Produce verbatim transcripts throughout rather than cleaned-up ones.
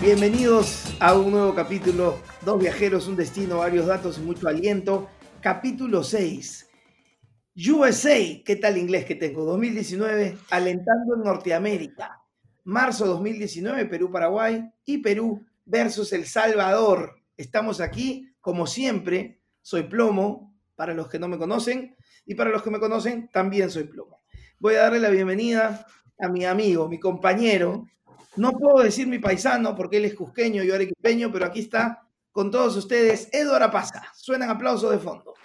Bienvenidos a un nuevo capítulo, dos viajeros, un destino, varios datos y mucho aliento. Capítulo seis, U S A, ¿qué tal inglés que tengo? dos mil diecinueve, alentando en Norteamérica. Marzo dos mil diecinueve, Perú-Paraguay y Perú versus El Salvador. Estamos aquí, como siempre, soy Plomo, para los que no me conocen, y para los que me conocen, también soy Plomo. Voy a darle la bienvenida a mi amigo, mi compañero. No puedo decir mi paisano porque él es cusqueño, yo arequipeño, pero aquí está con todos ustedes, Edo Arapaza. Suenan aplausos de fondo.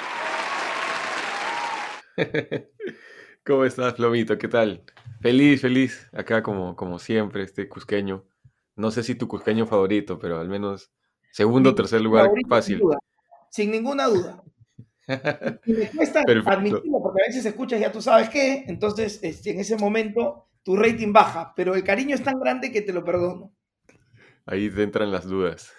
¿Cómo estás, Flomito? ¿Qué tal? Feliz, feliz. Acá como, como siempre, este cusqueño. No sé si tu cusqueño favorito, pero al menos segundo Mi o tercer lugar favorito sin fácil. duda, sin ninguna duda. Y me cuesta Perfecto. admitirlo porque a veces escuchas ya tú sabes qué, entonces este, en ese momento tu rating baja, pero el cariño es tan grande que te lo perdono. Ahí te entran las dudas.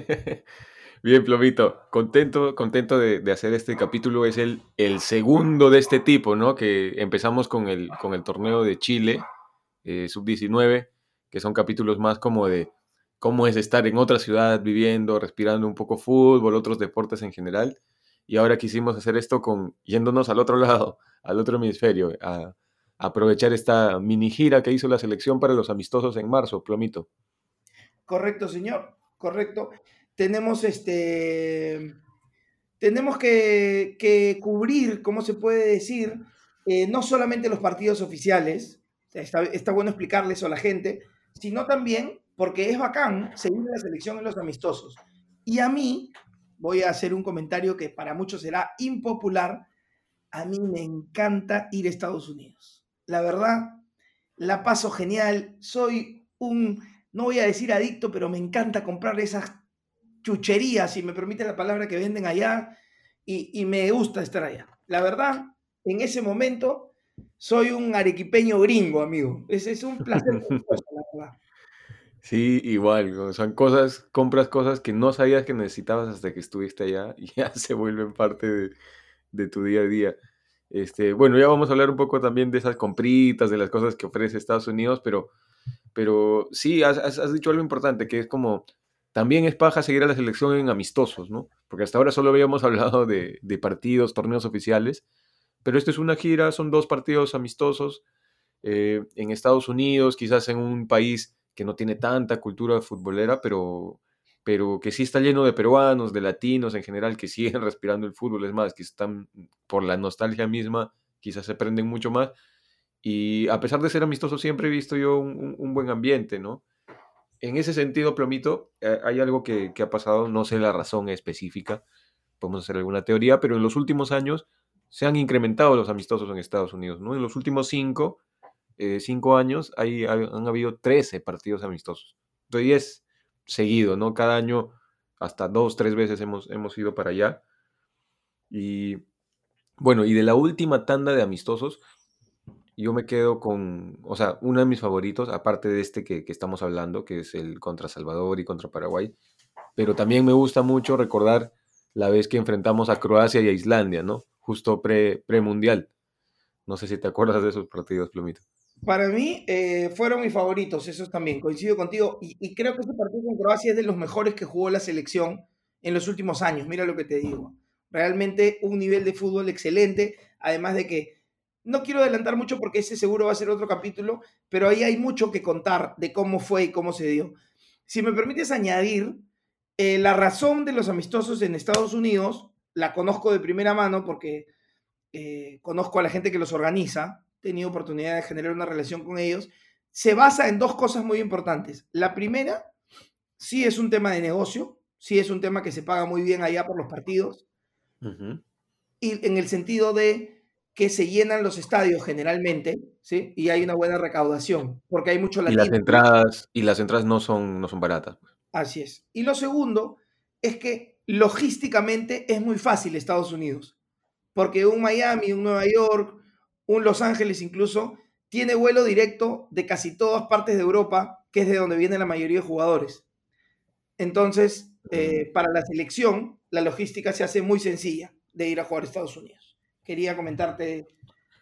Bien, Plomito. Contento, contento de, de hacer este capítulo. Es el, el segundo de este tipo, ¿no? Que empezamos con el, con el torneo de Chile, eh, sub diecinueve, que son capítulos más como de cómo es estar en otra ciudad viviendo, respirando un poco fútbol, otros deportes en general. Y ahora quisimos hacer esto con yéndonos al otro lado, al otro hemisferio, a, a aprovechar esta mini gira que hizo la selección para los amistosos en marzo, Plomito. Correcto, señor, correcto. Tenemos este, tenemos que, que cubrir, ¿cómo se puede decir? Eh, no solamente los partidos oficiales, está, está bueno explicarle eso a la gente, sino también porque es bacán seguir la selección en los amistosos. Y a mí, voy a hacer un comentario que para muchos será impopular, a mí me encanta ir a Estados Unidos. La verdad, la paso genial, soy un, no voy a decir adicto, pero me encanta comprar esas chucherías, si me permite la palabra, que venden allá, y, y me gusta estar allá. La verdad, en ese momento, soy un arequipeño gringo, amigo. Ese es un placer culposo, la verdad. Sí, igual, ¿no? Son cosas, compras cosas que no sabías que necesitabas hasta que estuviste allá y ya se vuelven parte de, de tu día a día. Este, bueno, ya vamos a hablar un poco también de esas compritas, de las cosas que ofrece Estados Unidos, pero, pero sí, has, has- has dicho algo importante, que es como, también es paja seguir a la selección en amistosos, ¿no? Porque hasta ahora solo habíamos hablado de, de partidos, torneos oficiales, pero esto es una gira, son dos partidos amistosos eh, en Estados Unidos, quizás en un país que no tiene tanta cultura futbolera, pero, pero que sí está lleno de peruanos, de latinos en general, que siguen respirando el fútbol, es más, que están por la nostalgia misma, quizás se prenden mucho más. Y a pesar de ser amistoso, siempre he visto yo un, un- un buen ambiente, ¿no? En ese sentido, Plomito, eh, hay algo que, que ha pasado, no sé la razón específica, podemos hacer alguna teoría, pero en los últimos años se han incrementado los amistosos en Estados Unidos, ¿no? En los últimos cinco eh, cinco años hay, hay- han habido trece partidos amistosos. Entonces, diez seguido, ¿no? Cada año hasta dos, tres veces hemos, hemos ido para allá. Y bueno, y de la última tanda de amistosos, yo me quedo con, o sea, uno de mis favoritos, aparte de este que, que estamos hablando, que es el contra Salvador y contra Paraguay, pero también me gusta mucho recordar la vez que enfrentamos a Croacia y a Islandia, ¿no? Justo pre, pre-mundial. No sé si te acuerdas de esos partidos, Plumito. Para mí, eh, fueron mis favoritos, esos también, coincido contigo, y, y creo que ese partido con Croacia es de los mejores que jugó la selección en los últimos años, mira lo que te digo. Realmente un nivel de fútbol excelente, además de que no quiero adelantar mucho porque ese seguro va a ser otro capítulo, pero ahí hay mucho que contar de cómo fue y cómo se dio. Si me permites añadir, eh, la razón de los amistosos en Estados Unidos, la conozco de primera mano porque eh, conozco a la gente que los organiza, he tenido oportunidad de generar una relación con ellos, se basa en dos cosas muy importantes. La primera, sí es un tema de negocio, sí es un tema que se paga muy bien allá por los partidos, Ujú. y en el sentido de que se llenan los estadios generalmente, ¿sí? Y hay una buena recaudación, porque hay mucho Y las latino. entradas, y las entradas no son, no son baratas. Así es. Y lo segundo es que logísticamente es muy fácil Estados Unidos. Porque un Miami, un Nueva York, un Los Ángeles incluso, tiene vuelo directo de casi todas partes de Europa, que es de donde viene la mayoría de jugadores. Entonces, Mm. eh, para la selección, la logística se hace muy sencilla de ir a jugar a Estados Unidos. Quería comentarte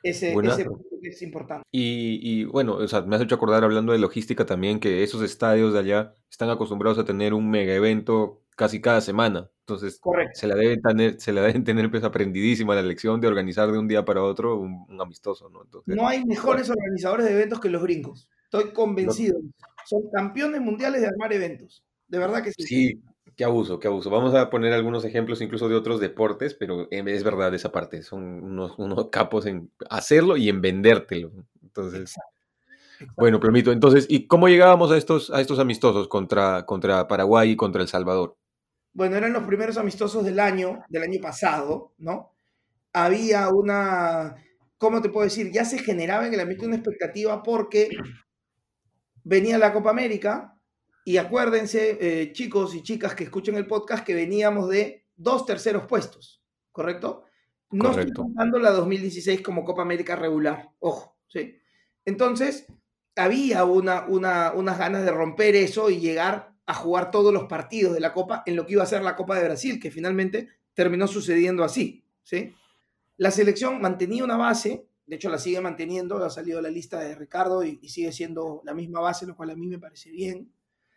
ese, ese Buenazo. punto que es importante. Y, y bueno, o sea, me has hecho acordar hablando de logística también que esos estadios de allá están acostumbrados a tener un mega evento casi cada semana. Entonces, Correcto. se la deben tener, se la deben tener pues aprendidísima la lección de organizar de un día para otro un, un amistoso, ¿no? Entonces, No hay bueno, mejores organizadores de eventos que los gringos. Estoy lo- convencido. Son campeones mundiales de armar eventos. De verdad que sí. sí, qué abuso, qué abuso. Vamos a poner algunos ejemplos incluso de otros deportes, pero eh, es verdad esa parte. Son unos, unos capos en hacerlo y en vendértelo. Entonces, Exacto, bueno, exacto. Plomito, entonces, ¿y cómo llegábamos a estos, a estos amistosos contra, contra Paraguay y contra El Salvador? Bueno, eran los primeros amistosos del año, del año pasado, ¿no? Había una, ¿cómo te puedo decir? Ya se generaba en el ambiente una expectativa porque venía la Copa América y acuérdense, eh, chicos y chicas que escuchen el podcast, que veníamos de dos terceros puestos, ¿correcto? No estoy Correcto, contando la dos mil dieciséis como Copa América regular, ojo, ¿sí? Entonces, había una, una, unas ganas de romper eso y llegar a jugar todos los partidos de la Copa en lo que iba a ser la Copa de Brasil, que finalmente terminó sucediendo así, ¿sí? La selección mantenía una base, de hecho la sigue manteniendo, ha salido la lista de Ricardo y, y sigue siendo la misma base, lo cual a mí me parece bien.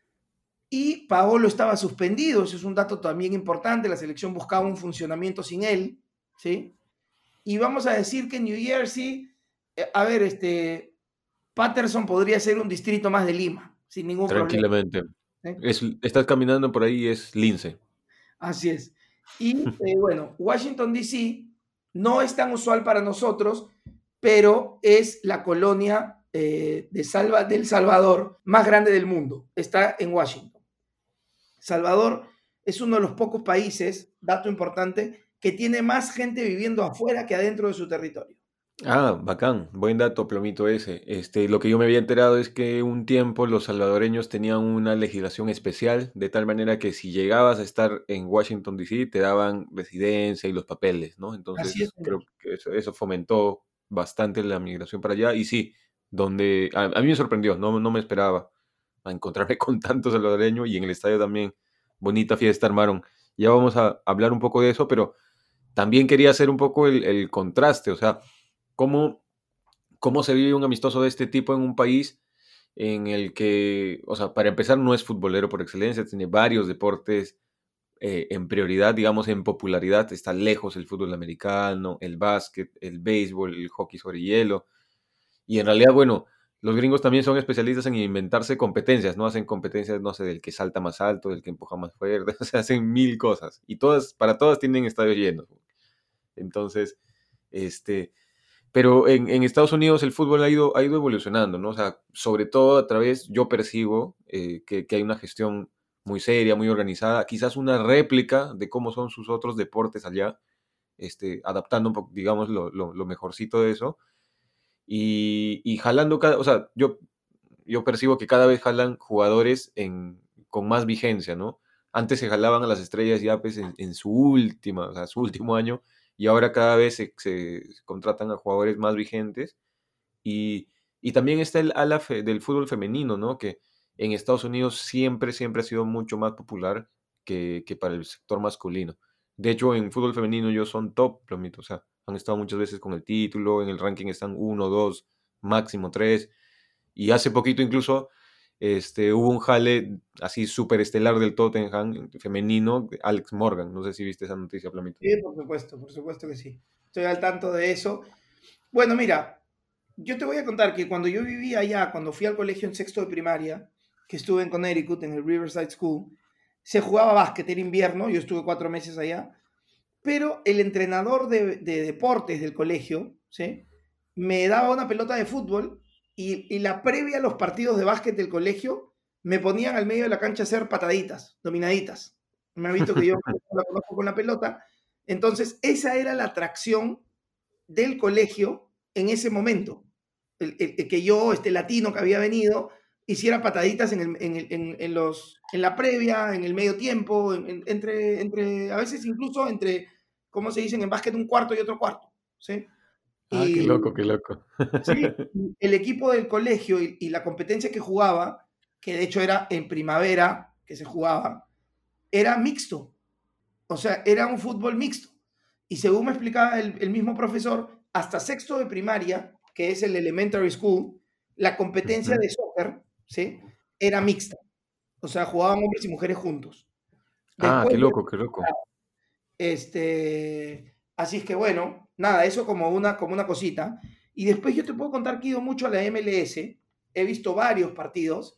Y Paolo estaba suspendido, eso es un dato también importante, la selección buscaba un funcionamiento sin él, ¿sí? Y vamos a decir que en New Jersey, eh, a ver, este, Patterson podría ser un distrito más de Lima, sin ningún problema, tranquilamente. ¿sí? Es, estás caminando por ahí y es lince. Así es. Y eh, bueno, Washington, D C no es tan usual para nosotros, pero es la colonia eh, de Salva, del Salvador más grande del mundo. Está en Washington. Salvador es uno de los pocos países, dato importante, que tiene más gente viviendo afuera que adentro de su territorio. Ah, bacán, buen dato, Plomito ese. Este, lo que yo me había enterado es que un tiempo los salvadoreños tenían una legislación especial, de tal manera que si llegabas a estar en Washington, D C, te daban residencia y los papeles, ¿no? Así es, Entonces, señor. creo que eso, eso fomentó bastante la migración para allá. Y sí, donde a, a mí me sorprendió, no, no me esperaba a encontrarme con tantos salvadoreños y en el estadio también, bonita fiesta armaron. Ya vamos a hablar un poco de eso, pero también quería hacer un poco el, el contraste, o sea, cómo, cómo se vive un amistoso de este tipo en un país en el que, o sea, para empezar, no es futbolero por excelencia, tiene varios deportes eh, en prioridad, digamos, en popularidad. Está lejos el fútbol americano, el básquet, el béisbol, el hockey sobre hielo. Y en realidad, bueno, los gringos también son especialistas en inventarse competencias, ¿no? Hacen competencias, no sé, del que salta más alto, del que empuja más fuerte, o sea, hacen mil cosas. Y todas, para todas tienen estadios llenos. Entonces, este, pero en, en Estados Unidos el fútbol ha ido, ha ido evolucionando, ¿no? O sea, sobre todo a través, yo percibo eh, que, que hay una gestión muy seria, muy organizada, quizás una réplica de cómo son sus otros deportes allá, este, adaptando un poco, digamos, lo, lo, lo mejorcito de eso, y, y jalando cada, o sea, yo, yo percibo que cada vez jalan jugadores en, con más vigencia, ¿no? Antes se jalaban a las estrellas ya pues en, en su última, o sea, su último año, y ahora cada vez se, se contratan a jugadores más vigentes y, y también está el ala fe- del fútbol femenino, ¿no? Que en Estados Unidos siempre, siempre ha sido mucho más popular que, que para el sector masculino. De hecho, en fútbol femenino ellos son top, Plomito. O sea, han estado muchas veces con el título, en el ranking están uno, dos, máximo tres. Y hace poquito incluso este, hubo un jale así súper estelar del Tottenham femenino, Alex Morgan. No sé si viste esa noticia, Plomito. Sí, por supuesto, por supuesto que sí. Estoy al tanto de eso. Bueno, mira, yo te voy a contar que cuando yo vivía allá, cuando fui al colegio en sexto de primaria, que estuve en Connecticut, en el Riverside School, se jugaba básquet, era invierno, yo estuve cuatro meses allá, pero el entrenador de, de deportes del colegio, ¿sí? Me daba una pelota de fútbol y, y la previa a los partidos de básquet del colegio me ponían al medio de la cancha a hacer pataditas, dominaditas. Me ha visto que yo la conozco con la pelota. Entonces, esa era la atracción del colegio en ese momento. El, el- el que yo, este latino que había venido, hiciera pataditas en, el- en el- en- en los, en la previa, en el medio tiempo, en- en- entre, entre, a veces incluso entre, ¿cómo se dicen? En básquet un cuarto y otro cuarto, ¿sí? Ah, qué Y loco, qué loco. sí, el equipo del colegio y, y la competencia que jugaba, que de hecho era en primavera que se jugaba, era mixto. O sea, era un fútbol mixto. Y según me explicaba el, el mismo profesor, hasta sexto de primaria, que es el elementary school, la competencia Ujú. de soccer, ¿sí? Era mixta. O sea, jugaban hombres y mujeres juntos. Ah, Después qué ya loco, qué loco. este, así es que bueno, nada, eso como una, como una cosita. Y después yo te puedo contar que he ido mucho a la M L S, he visto varios partidos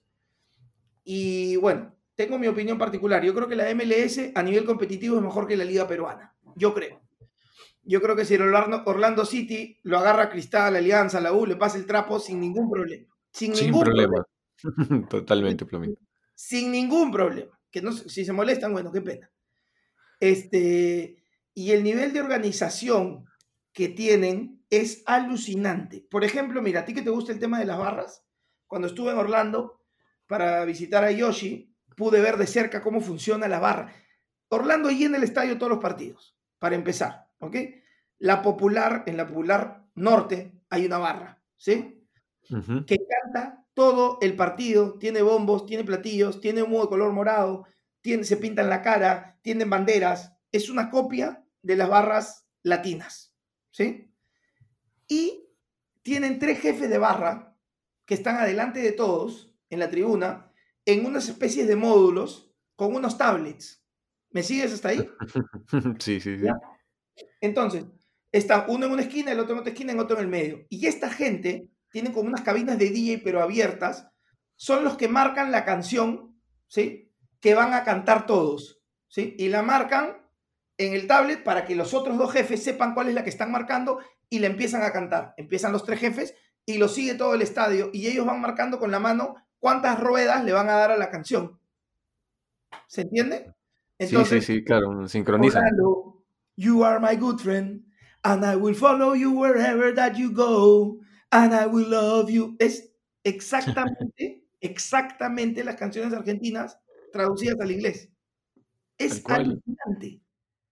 y bueno, tengo mi opinión particular. Yo creo que la M L S a nivel competitivo es mejor que la liga peruana. Yo creo. Yo creo que si el Orlando, Orlando City lo agarra Cristal, Alianza, la U, le pasa el trapo sin ningún problema. Sin Sin ningún problema. problema. Totalmente, Plomito. Sin ningún problema. Que no, si se molestan, bueno, qué pena. Este, y el nivel de organización que tienen es alucinante. Por ejemplo, mira, a ti que te gusta el tema de las barras, cuando estuve en Orlando para visitar a Yoshi, pude ver de cerca cómo funciona la barra. Orlando llena el estadio todos los partidos, para empezar, ¿ok? La popular, en la popular norte hay una barra, ¿sí? Ujú. Que canta todo el partido, tiene bombos, tiene platillos, tiene humo de color morado, tiene, se pintan la cara, tienen banderas, es una copia de las barras latinas, ¿sí? Y tienen tres jefes de barra que están adelante de todos en la tribuna, en unas especies de módulos con unos tablets. ¿Me sigues hasta ahí? Sí, sí, ¿Ya? sí. Entonces, está uno en una esquina, el otro en otra esquina, en otro en el medio. Y esta gente tienen como unas cabinas de D J, pero abiertas, son los que marcan la canción, ¿sí? Que van a cantar todos, ¿sí? Y la marcan en el tablet para que los otros dos jefes sepan cuál es la que están marcando y la empiezan a cantar. Empiezan los tres jefes y lo sigue todo el estadio y ellos van marcando con la mano cuántas ruedas le van a dar a la canción. ¿Se entiende? Sí, sí, Entonces, sí, claro, sincronizan. Orlando, you are my good friend, and I will follow you wherever that you go, and I will love you. Es exactamente, exactamente las canciones argentinas traducidas al inglés. Tal Es cual. alucinante.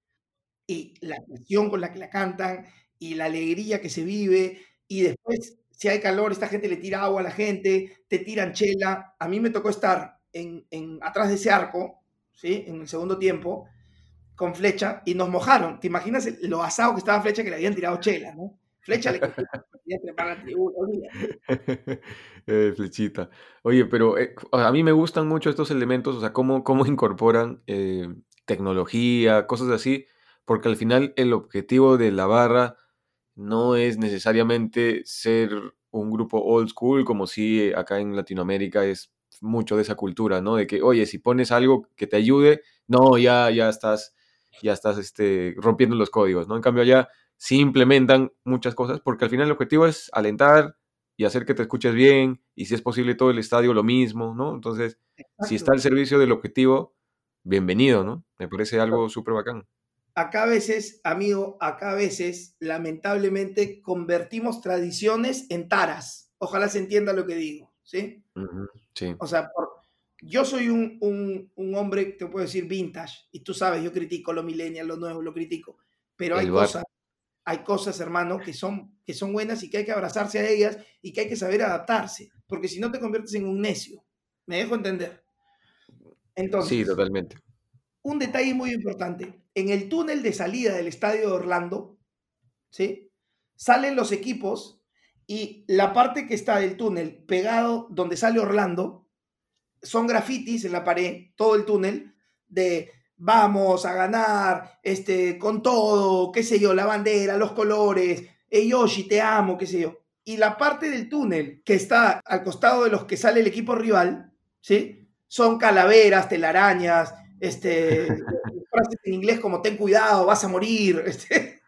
Y la pasión con la que la cantan, y la alegría que se vive, y después, si hay calor, esta gente le tira agua a la gente, te tiran chela. A mí me tocó estar en, en atrás de ese arco, ¿sí? En el segundo tiempo, con Flecha y nos mojaron. ¿Te imaginas el- lo asado que estaba Flecha que le habían tirado chela, ¿no? Flecha le quería trepar la tribuna, olvídate. Eh, flechita. Oye, pero eh, o sea, a mí me gustan mucho estos elementos, o sea, cómo, cómo incorporan eh, tecnología, cosas así, porque al final el objetivo de la barra no es necesariamente ser un grupo old school, como si acá en Latinoamérica es mucho de esa cultura, ¿no? De que, oye, si pones algo que te ayude, no, ya, ya estás, ya estás este, rompiendo los códigos, ¿no? En cambio, allá sí implementan muchas cosas, porque al final el objetivo es alentar y hacer que te escuches bien, y si es posible todo el estadio lo mismo, ¿no? Entonces, si está Exacto. al servicio del objetivo, bienvenido, ¿no? Me parece algo súper bacán. Acá a veces, amigo, acá a veces, lamentablemente, convertimos tradiciones en taras. Ojalá se entienda lo que digo, ¿sí? Ujú, sí, O sea, por- yo soy un, un, un hombre, te puedo decir, vintage, y tú sabes, yo critico lo millennial, lo nuevo, lo critico, pero hay el bar. cosas, hay cosas, hermano, que son, que son buenas y que hay que abrazarse a ellas y que hay que saber adaptarse, porque si no te conviertes en un necio. ¿Me dejo entender? Sí, Entonces, totalmente. un detalle muy importante. En el túnel de salida del estadio de Orlando, ¿sí? Salen los equipos y la parte que está del túnel pegado donde sale Orlando son grafitis en la pared, todo el túnel, de vamos a ganar, este, con todo, qué sé yo, la bandera, los colores, hey Yoshi, te amo, qué sé yo. Y la parte del túnel que está al costado de los que sale el equipo rival, ¿sí? Son calaveras, telarañas, este, frases en inglés como ten cuidado, vas a morir, este,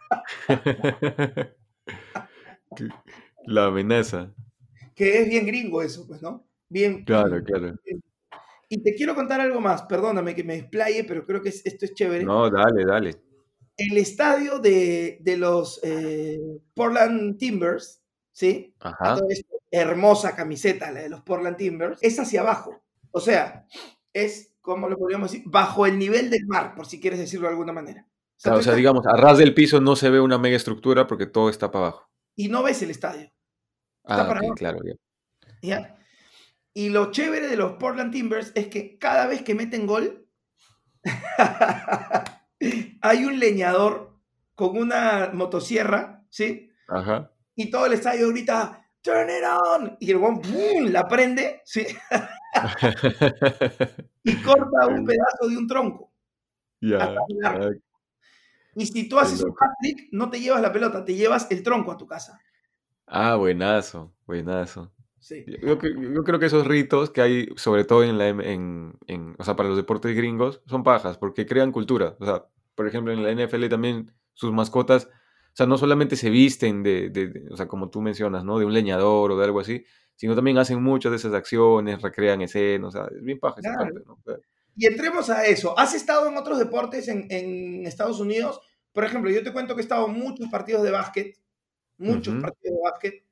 La amenaza. que es bien gringo eso, pues, ¿no? Bien, Claro, claro. bien. Y te quiero contar algo más, perdóname que me explaye, pero creo que es- esto es chévere. No, dale, dale. El estadio de, de los eh, Portland Timbers, ¿sí? A todo Ajá. esto, hermosa camiseta, la de los Portland Timbers, es hacia abajo. O sea, es, como lo podríamos decir, bajo el nivel del mar, por si quieres decirlo de alguna manera. O sea, Claro, tú o sea, estás digamos, a ras del piso no se ve una mega estructura porque todo está para abajo. y no ves el estadio, está Ah, para ok, abajo, claro, ya. ¿ya? Y lo chévere de los Portland Timbers es que cada vez que meten gol, hay un leñador con una motosierra, ¿sí? Ajá. y todo el estadio grita, ¡Turn it on! Y el weón ¡pum! La prende, ¿sí? Y corta un pedazo de un tronco hasta Ya, el ah, arco. Y si tú qué haces un loco. hat-trick, no te llevas la pelota, te llevas el tronco a tu casa. Ah, buenazo, buenazo. Sí. Yo, yo cre- yo creo que esos ritos que hay, sobre todo en la, M- en, en- o sea, para los deportes gringos, son pajas, porque crean cultura. O sea, por ejemplo, en la N F L también sus mascotas, o sea, no solamente se visten de, de- de- o sea, como tú mencionas, ¿no? De un leñador o de algo así, sino también hacen muchas de esas acciones, recrean escenas, o sea, es bien paja esa Claro. parte, ¿no? O sea, Y entremos a eso. ¿Has estado en otros deportes en, en Estados Unidos? Por ejemplo, yo te cuento que he estado en muchos partidos de básquet, muchos ujú, partidos de básquet.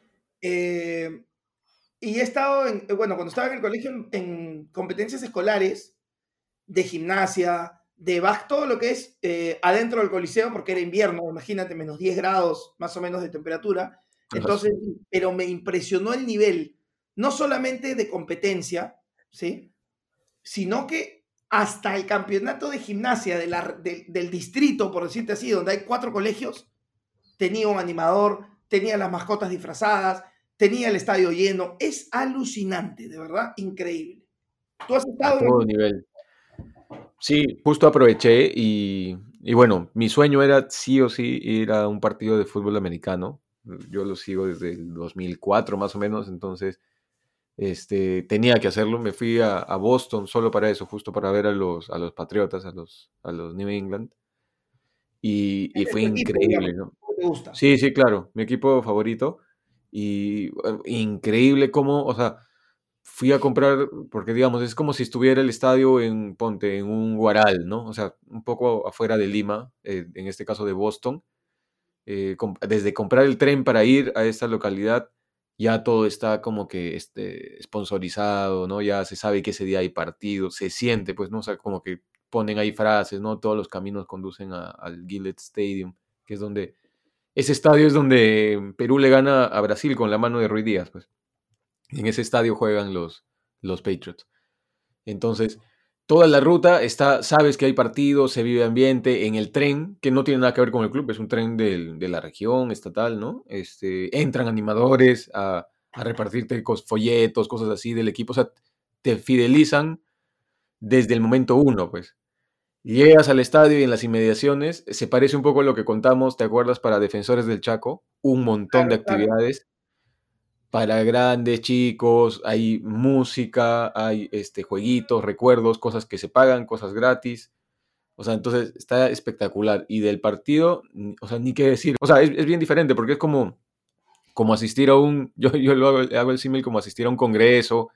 eh, y he estado, en, bueno, cuando estaba en el colegio, en, en competencias escolares de gimnasia, de básquet, todo lo que es eh, adentro del coliseo, porque era invierno, imagínate, menos diez grados más o menos de temperatura. ah, Entonces, su- pero me impresionó el nivel, no solamente de competencia, ¿sí? Sino que hasta el campeonato de gimnasia de la, de, del distrito, por decirte así, donde hay cuatro colegios, tenía un animador, tenía las mascotas disfrazadas, tenía el estadio lleno. Es alucinante, de verdad, increíble. ¿Tú has a estado en todo algún... nivel. Sí, justo aproveché y, y bueno, mi sueño era sí o sí ir a un partido de fútbol americano. Yo lo sigo desde el dos mil cuatro más o menos, entonces este, tenía que hacerlo. Me fui a, a Boston solo para eso, justo para ver a los, a los Patriotas, a los, a los New England. Y, y Ese es fue tu equipo, increíble, digamos, ¿no? ¿cómo te gusta? Sí, sí, claro, mi equipo favorito. Y eh, increíble cómo, o sea, fui a comprar, porque digamos, es como si estuviera el estadio en, ponte, en un Guaral, ¿no? O sea, un poco afuera de Lima, eh, en este caso de Boston. Eh, com- desde comprar el tren para ir a esta localidad, ya todo está como que este, sponsorizado, ¿no? Ya se sabe que ese día hay partido, se siente, pues, ¿no? O sea, como que ponen ahí frases, ¿no? Todos los caminos conducen a- al Gillette Stadium, que es donde, ese estadio es donde Perú le gana a Brasil con la mano de Ruiz Díaz, pues. En ese estadio juegan los, los Patriots. Entonces, toda la ruta está, sabes que hay partidos, se vive ambiente en el tren, que no tiene nada que ver con el club, es un tren del- de la región estatal, ¿no? Este, entran animadores a, a repartirte cos- folletos, cosas así del equipo, o sea, te fidelizan desde el momento uno, pues. Llegas al estadio y en las inmediaciones, se parece un poco a lo que contamos, ¿te acuerdas? Para Defensores del Chaco, un montón de Claro, claro. actividades para grandes, chicos, hay música, hay este, jueguitos, recuerdos, cosas que se pagan, cosas gratis. O sea, entonces está espectacular. Y del partido, ni- o sea, ni qué decir. O sea, es, es bien diferente porque es como, como asistir a un, yo, yo lo hago, hago el símil como asistir a un congreso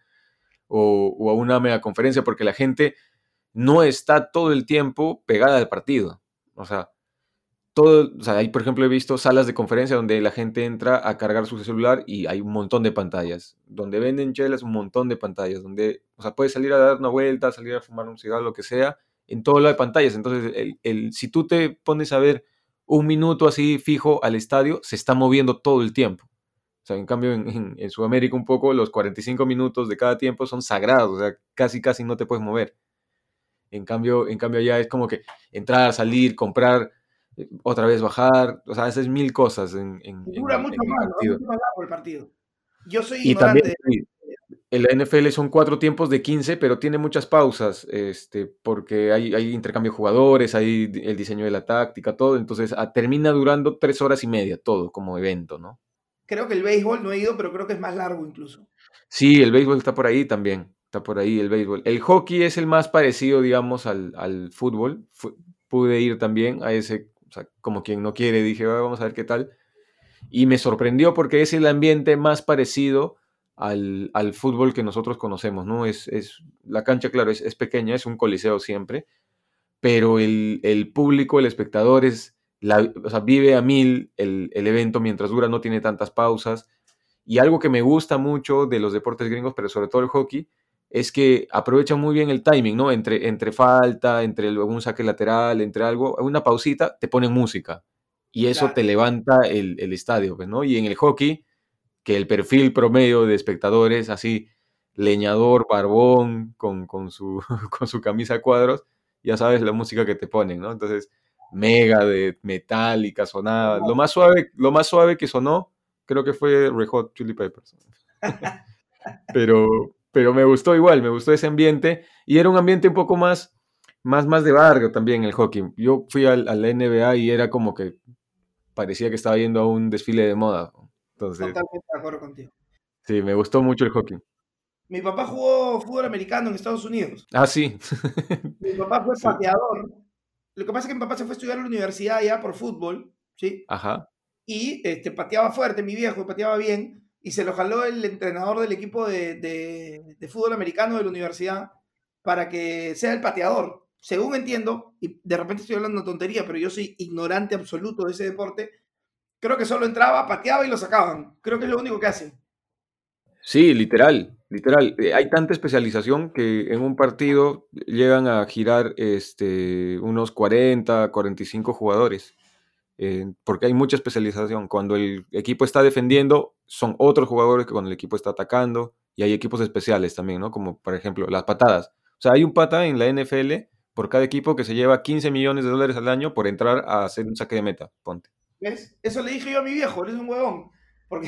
o, o a una mega conferencia porque la gente no está todo el tiempo pegada al partido. O sea, todo, o sea, hay, por ejemplo, he visto salas de conferencia donde la gente entra a cargar su celular y hay un montón de pantallas. Donde venden chelas, un montón de pantallas. Donde, o sea, puedes salir a dar una vuelta, salir a fumar un cigarro, lo que sea, en todo lo de pantallas. Entonces, el, el, si tú te pones a ver un minuto así fijo al estadio, se está moviendo todo el tiempo. O sea, en cambio, en, en, en Sudamérica un poco, los cuarenta y cinco minutos de cada tiempo son sagrados. O sea, casi, casi no te puedes mover. En cambio, en cambio allá es como que entrar, salir, comprar, eh, otra vez bajar, o sea, haces mil cosas en, en- Y en dura el, mucho en el más, ¿no? Es partido. mucho más largo el partido. Yo soy Y también ignorante. sí, en la N F L son cuatro tiempos de quince, pero tiene muchas pausas, este, porque hay, hay intercambio de jugadores, hay di- el diseño de la táctica, todo, entonces ah, termina durando tres horas y media, todo como evento, ¿no? Creo que el béisbol no he ido, pero creo que es más largo incluso. Sí, el béisbol está por ahí también, está por ahí el béisbol. El hockey es el más parecido, digamos, al, al fútbol. Fu- pude ir también a ese, o sea, como quien no quiere, dije, "Ah, vamos a ver qué tal". Y me sorprendió porque es el ambiente más parecido al, al fútbol que nosotros conocemos, ¿no? Es, es, la cancha, claro, es, es pequeña, es un coliseo siempre, pero el, el público, el espectador, es, la, o sea, vive a mil el, el evento mientras dura, no tiene tantas pausas. Y algo que me gusta mucho de los deportes gringos, pero sobre todo el hockey, es que aprovechan muy bien el timing, ¿no? Entre, entre falta, entre el- un saque lateral, entre algo, una pausita, te ponen música. Y eso Claro. te levanta el, el estadio, pues, ¿no? Y en el hockey, que el perfil promedio de espectadores, así, leñador, barbón, con, con su, con su camisa a cuadros, ya sabes la música que te ponen, ¿no? Entonces, Megadeth, Metallica sonaba. Lo No, más suave, lo más suave que sonó, creo que fue Red Hot Chili Peppers. Pero, pero me gustó igual, me gustó ese ambiente. Y era un ambiente un poco más, más, más de barrio también el hockey. Yo fui al, a la N B A y era como que parecía que estaba yendo a un desfile de moda. Entonces, totalmente de acuerdo contigo. sí, me gustó mucho el hockey. Mi papá jugó fútbol americano en Estados Unidos. Ah, sí. Mi papá fue Sí. pateador. Lo que pasa es que mi papá se fue a estudiar a la universidad ya por fútbol, ¿sí? Ajá. Y este, pateaba fuerte, mi viejo, pateaba bien, y se lo jaló el entrenador del equipo de, de, de fútbol americano de la universidad para que sea el pateador. Según entiendo, y de repente estoy hablando tontería, pero yo soy ignorante absoluto de ese deporte, creo que solo entraba, pateaba y lo sacaban. Creo que es lo único que hacen. Sí, literal, literal. Eh, hay tanta especialización que en un partido llegan a girar este, unos cuarenta, cuarenta y cinco jugadores, eh, porque hay mucha especialización. Cuando el equipo está defendiendo, son otros jugadores que cuando el equipo está atacando, y hay equipos especiales también, ¿no? Como por ejemplo las patadas. O sea, hay un pata en la N F L por cada equipo que se lleva quince millones de dólares al año por entrar a hacer un saque de meta, ponte. ¿Ves? Eso le dije yo a mi viejo, eres un huevón. Porque,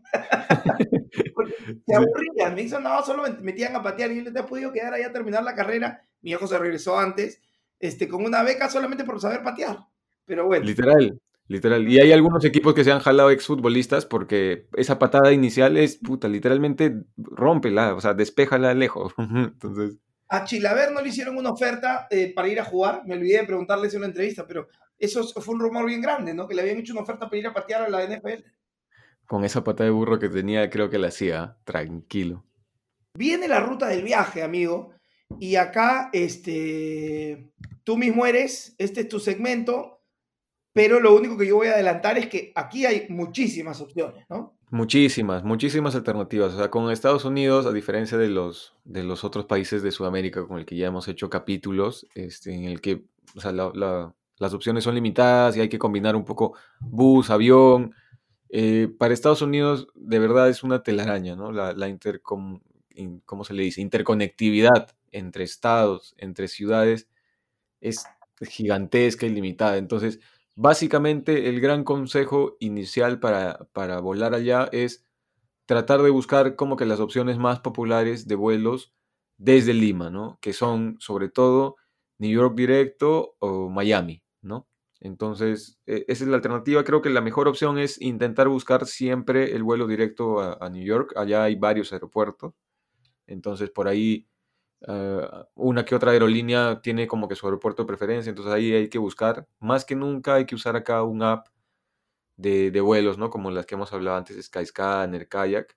porque se Sí. aburrían. Me dicen, no, solo me metían a patear y yo no te has podido quedar ahí a terminar la carrera. Mi viejo se regresó antes, este, con una beca solamente por saber patear. Pero bueno, Literal, literal. Y hay algunos equipos que se han jalado exfutbolistas porque esa patada inicial es, puta, literalmente rómpela, o sea, despéjala lejos. Entonces, a Chilaver no le hicieron una oferta eh, para ir a jugar. Me olvidé de preguntarle en una entrevista, pero eso fue un rumor bien grande, ¿no? Que le habían hecho una oferta para ir a patear a la N F L. con esa patada de burro que tenía, creo que la hacía, tranquilo. Viene la ruta del viaje, amigo, y acá este, tú mismo eres, este es tu segmento, pero lo único que yo voy a adelantar es que aquí hay muchísimas opciones, ¿no? Muchísimas, muchísimas alternativas. O sea, con Estados Unidos, a diferencia de los, de los otros países de Sudamérica con el que ya hemos hecho capítulos, este, en el que, o sea, la- la- las opciones son limitadas y hay que combinar un poco bus, avión. Eh, para Estados Unidos, de verdad es una telaraña, ¿no? La, la intercom- in- ¿cómo se le dice? Interconectividad entre estados, entre ciudades, es gigantesca y limitada. Entonces, básicamente, el gran consejo inicial para, para volar allá es tratar de buscar como que las opciones más populares de vuelos desde Lima, ¿no? Que son sobre todo New York directo o Miami, ¿no? Entonces, e- esa es la alternativa. Creo que la mejor opción es intentar buscar siempre el vuelo directo a, a New York. Allá hay varios aeropuertos. Entonces, por ahí eh, una que otra aerolínea tiene como que su aeropuerto de preferencia. Entonces, ahí hay que buscar. Más que nunca hay que usar acá un app de, de vuelos, ¿no? Como las que hemos hablado antes, Skyscanner, Kayak.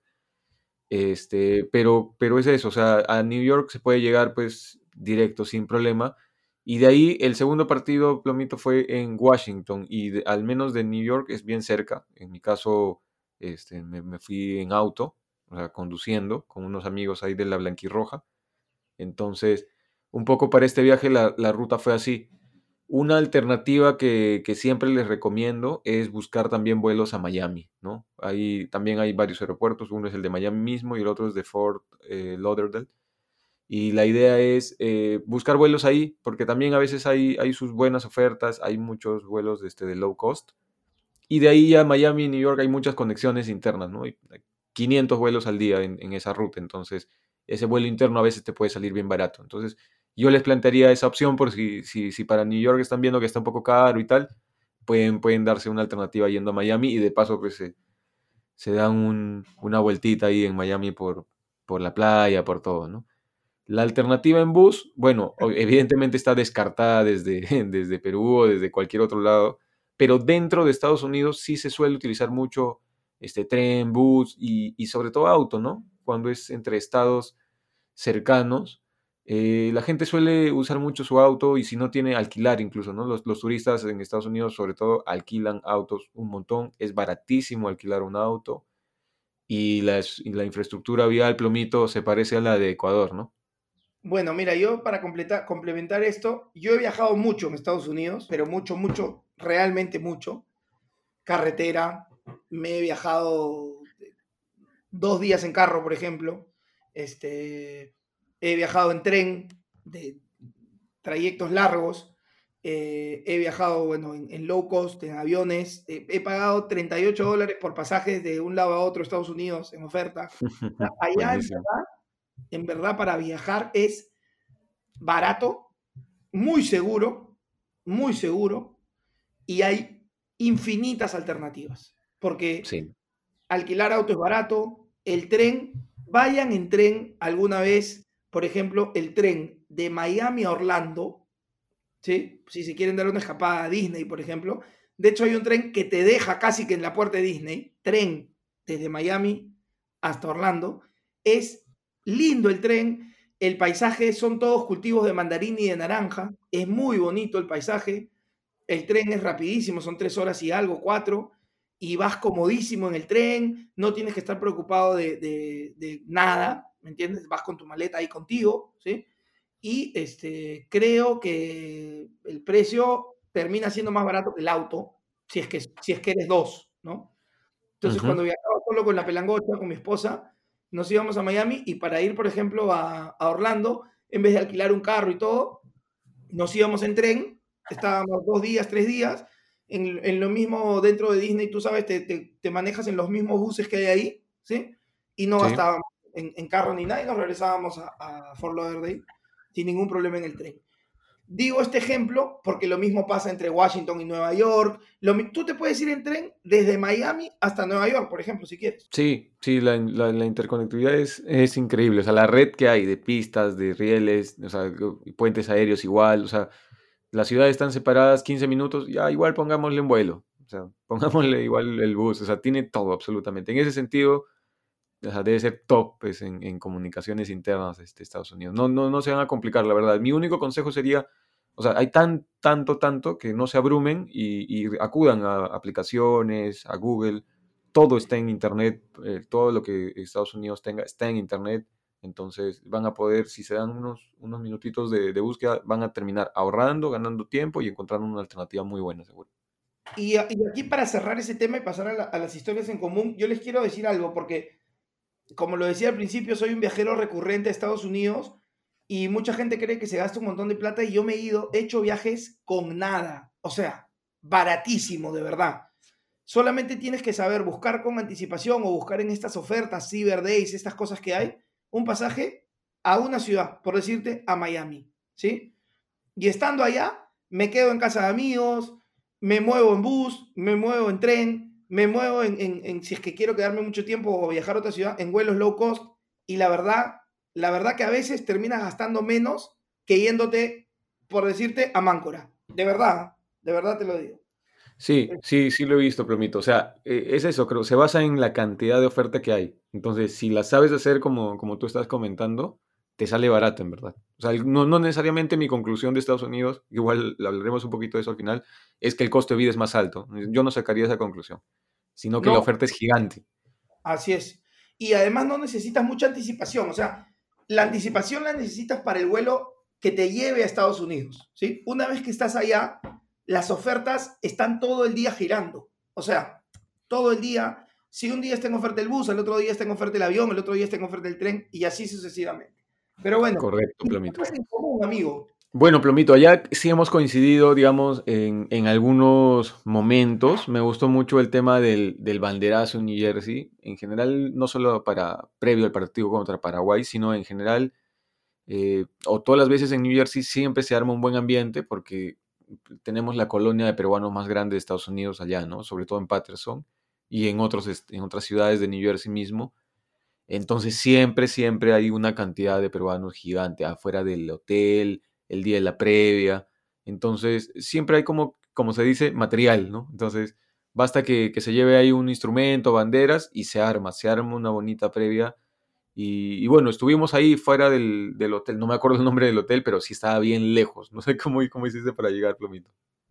Este, pero, pero es eso, o sea, a New York se puede llegar pues directo, sin problema. Y de ahí el segundo partido, Plomito, fue en Washington y de- al menos de New York es bien cerca. En mi caso, este, me, me fui en auto, o sea, conduciendo con unos amigos ahí de la Blanquirroja. Entonces, un poco para este viaje la, la ruta fue así. Una alternativa que, que siempre les recomiendo es buscar también vuelos a Miami, ¿no? Ahí también hay varios aeropuertos, uno es el de Miami mismo y el otro es de Fort eh, Lauderdale. Y la idea es eh, buscar vuelos ahí, porque también a veces hay, hay sus buenas ofertas, hay muchos vuelos este, de low cost. Y de ahí a Miami y New York hay muchas conexiones internas, ¿no? Hay quinientos vuelos al día en, en esa ruta, entonces ese vuelo interno a veces te puede salir bien barato. Entonces yo les plantearía esa opción por si, si, si para New York están viendo que está un poco caro y tal, pueden, pueden darse una alternativa yendo a Miami y de paso pues se, se dan un, una vueltita ahí en Miami por, por la playa, por todo, ¿no? La alternativa en bus, bueno, o- evidentemente está descartada desde, desde Perú o desde cualquier otro lado, pero dentro de Estados Unidos sí se suele utilizar mucho este tren, bus y, y sobre todo auto, ¿no? Cuando es entre estados cercanos, eh, la gente suele usar mucho su auto y si no tiene, alquilar incluso, ¿no? Los, los turistas en Estados Unidos sobre todo alquilan autos un montón, es baratísimo alquilar un auto y la, y la infraestructura vial, Plomito, se parece a la de Ecuador, ¿no? Bueno, mira, yo para completar, complementar esto, yo he viajado mucho en Estados Unidos, pero mucho, mucho, realmente mucho. Carretera, me he viajado dos días en carro, por ejemplo. Este, he viajado en tren de trayectos largos. Eh, he viajado, bueno, en, en low cost, en aviones. Eh, he pagado treinta y ocho dólares por pasajes de un lado a otro, Estados Unidos, en oferta. O sea, allá, en Buenísimo. verdad, en verdad, para viajar es barato, muy seguro, muy seguro, y hay infinitas alternativas. Porque Sí. alquilar auto es barato, el tren, vayan en tren alguna vez, por ejemplo, el tren de Miami a Orlando, ¿sí? Si se quieren dar una escapada a Disney, por ejemplo. De hecho, hay un tren que te deja casi que en la puerta de Disney, tren desde Miami hasta Orlando. Es lindo el tren, el paisaje son todos cultivos de mandarín y de naranja, es muy bonito el paisaje, el tren es rapidísimo, son tres horas y algo, cuatro, y vas comodísimo en el tren, no tienes que estar preocupado de, de, de nada, ¿me entiendes? Vas con tu maleta ahí contigo, ¿sí? Y este, creo que el precio termina siendo más barato que el auto, si es que, si es que eres dos, ¿no? Entonces, Ujú. cuando viajaba solo con la pelangocha, con mi esposa, nos íbamos a Miami y para ir, por ejemplo, a, a Orlando, en vez de alquilar un carro y todo, nos íbamos en tren, estábamos dos días, tres días, en, en lo mismo dentro de Disney, tú sabes, te, te, te, manejas en los mismos buses que hay ahí, ¿sí? Y no Sí. gastábamos en, en carro ni nada y nos regresábamos a, a Fort Lauderdale sin ningún problema en el tren. Digo este ejemplo porque lo mismo pasa entre Washington y Nueva York. Lo, tú te puedes ir en tren desde Miami hasta Nueva York, por ejemplo, si quieres. Sí, sí, la, la- la interconectividad es, es increíble. O sea, la red que hay de pistas, de rieles, o sea, y puentes aéreos igual. O sea, las ciudades están separadas quince minutos, ya igual pongámosle un vuelo. O sea, pongámosle igual el bus. O sea, tiene todo absolutamente. En ese sentido, o sea, debe ser top pues, en, en comunicaciones internas este, Estados Unidos. No, no, no se van a complicar, la verdad. Mi único consejo sería, o sea, hay tan, tanto, tanto que no se abrumen y, y acudan a aplicaciones, a Google. Todo está en Internet, eh, todo lo que Estados Unidos tenga está en Internet. Entonces van a poder, si se dan unos, unos minutitos de, de búsqueda, van a terminar ahorrando, ganando tiempo y encontrando una alternativa muy buena, seguro. Y, y aquí para cerrar ese tema y pasar a, la, a las historias en común, yo les quiero decir algo porque como lo decía al principio, soy un viajero recurrente a Estados Unidos y mucha gente cree que se gasta un montón de plata y yo me he ido, he hecho viajes con nada, o sea, baratísimo, de verdad. Solamente tienes que saber buscar con anticipación o buscar en estas ofertas, Cyber Days, estas cosas que hay, un pasaje a una ciudad, por decirte, a Miami, ¿sí? Y estando allá, me quedo en casa de amigos, me muevo en bus, me muevo en tren, me muevo en, en, en si es que quiero quedarme mucho tiempo o viajar a otra ciudad, en vuelos low cost. Y la verdad, la verdad que a veces terminas gastando menos que yéndote, por decirte, a Máncora. De verdad, de verdad te lo digo. Sí, sí, sí lo he visto, Plomito. O sea, eh, es eso, creo, se basa en la cantidad de oferta que hay. Entonces, si la sabes hacer como, como tú estás comentando, te sale barato, en verdad. O sea, no, no necesariamente mi conclusión de Estados Unidos, igual hablaremos un poquito de eso al final, es que el costo de vida es más alto. Yo no sacaría esa conclusión, sino que la No, oferta es gigante. así es. Y además no necesitas mucha anticipación. O sea, la anticipación la necesitas para el vuelo que te lleve a Estados Unidos. ¿Sí? Una vez que estás allá, las ofertas están todo el día girando. O sea, todo el día. Si un día está en oferta el bus, el otro día está en oferta el avión, el otro día está en oferta el tren y así sucesivamente. Pero bueno, Correcto, Plomito. historias en común, amigo. Bueno, Plomito, allá sí hemos coincidido, digamos, en, en algunos momentos. Me gustó mucho el tema del, del banderazo en New Jersey. En general, no solo para previo al partido contra Paraguay, sino en general, eh, o todas las veces en New Jersey siempre se arma un buen ambiente porque tenemos la colonia de peruanos más grande de Estados Unidos allá, ¿no? Sobre todo en Patterson y en otros, est- en otras ciudades de New Jersey mismo. Entonces siempre, siempre hay una cantidad de peruanos gigante afuera del hotel, el día de la previa. Entonces siempre hay como, como se dice, material, ¿no? Entonces basta que, que se lleve ahí un instrumento, banderas y se arma, se arma una bonita previa. Y, y bueno, estuvimos ahí fuera del, del hotel, no me acuerdo el nombre del hotel, pero sí estaba bien lejos. No sé cómo, cómo hiciste para llegar, Plomito.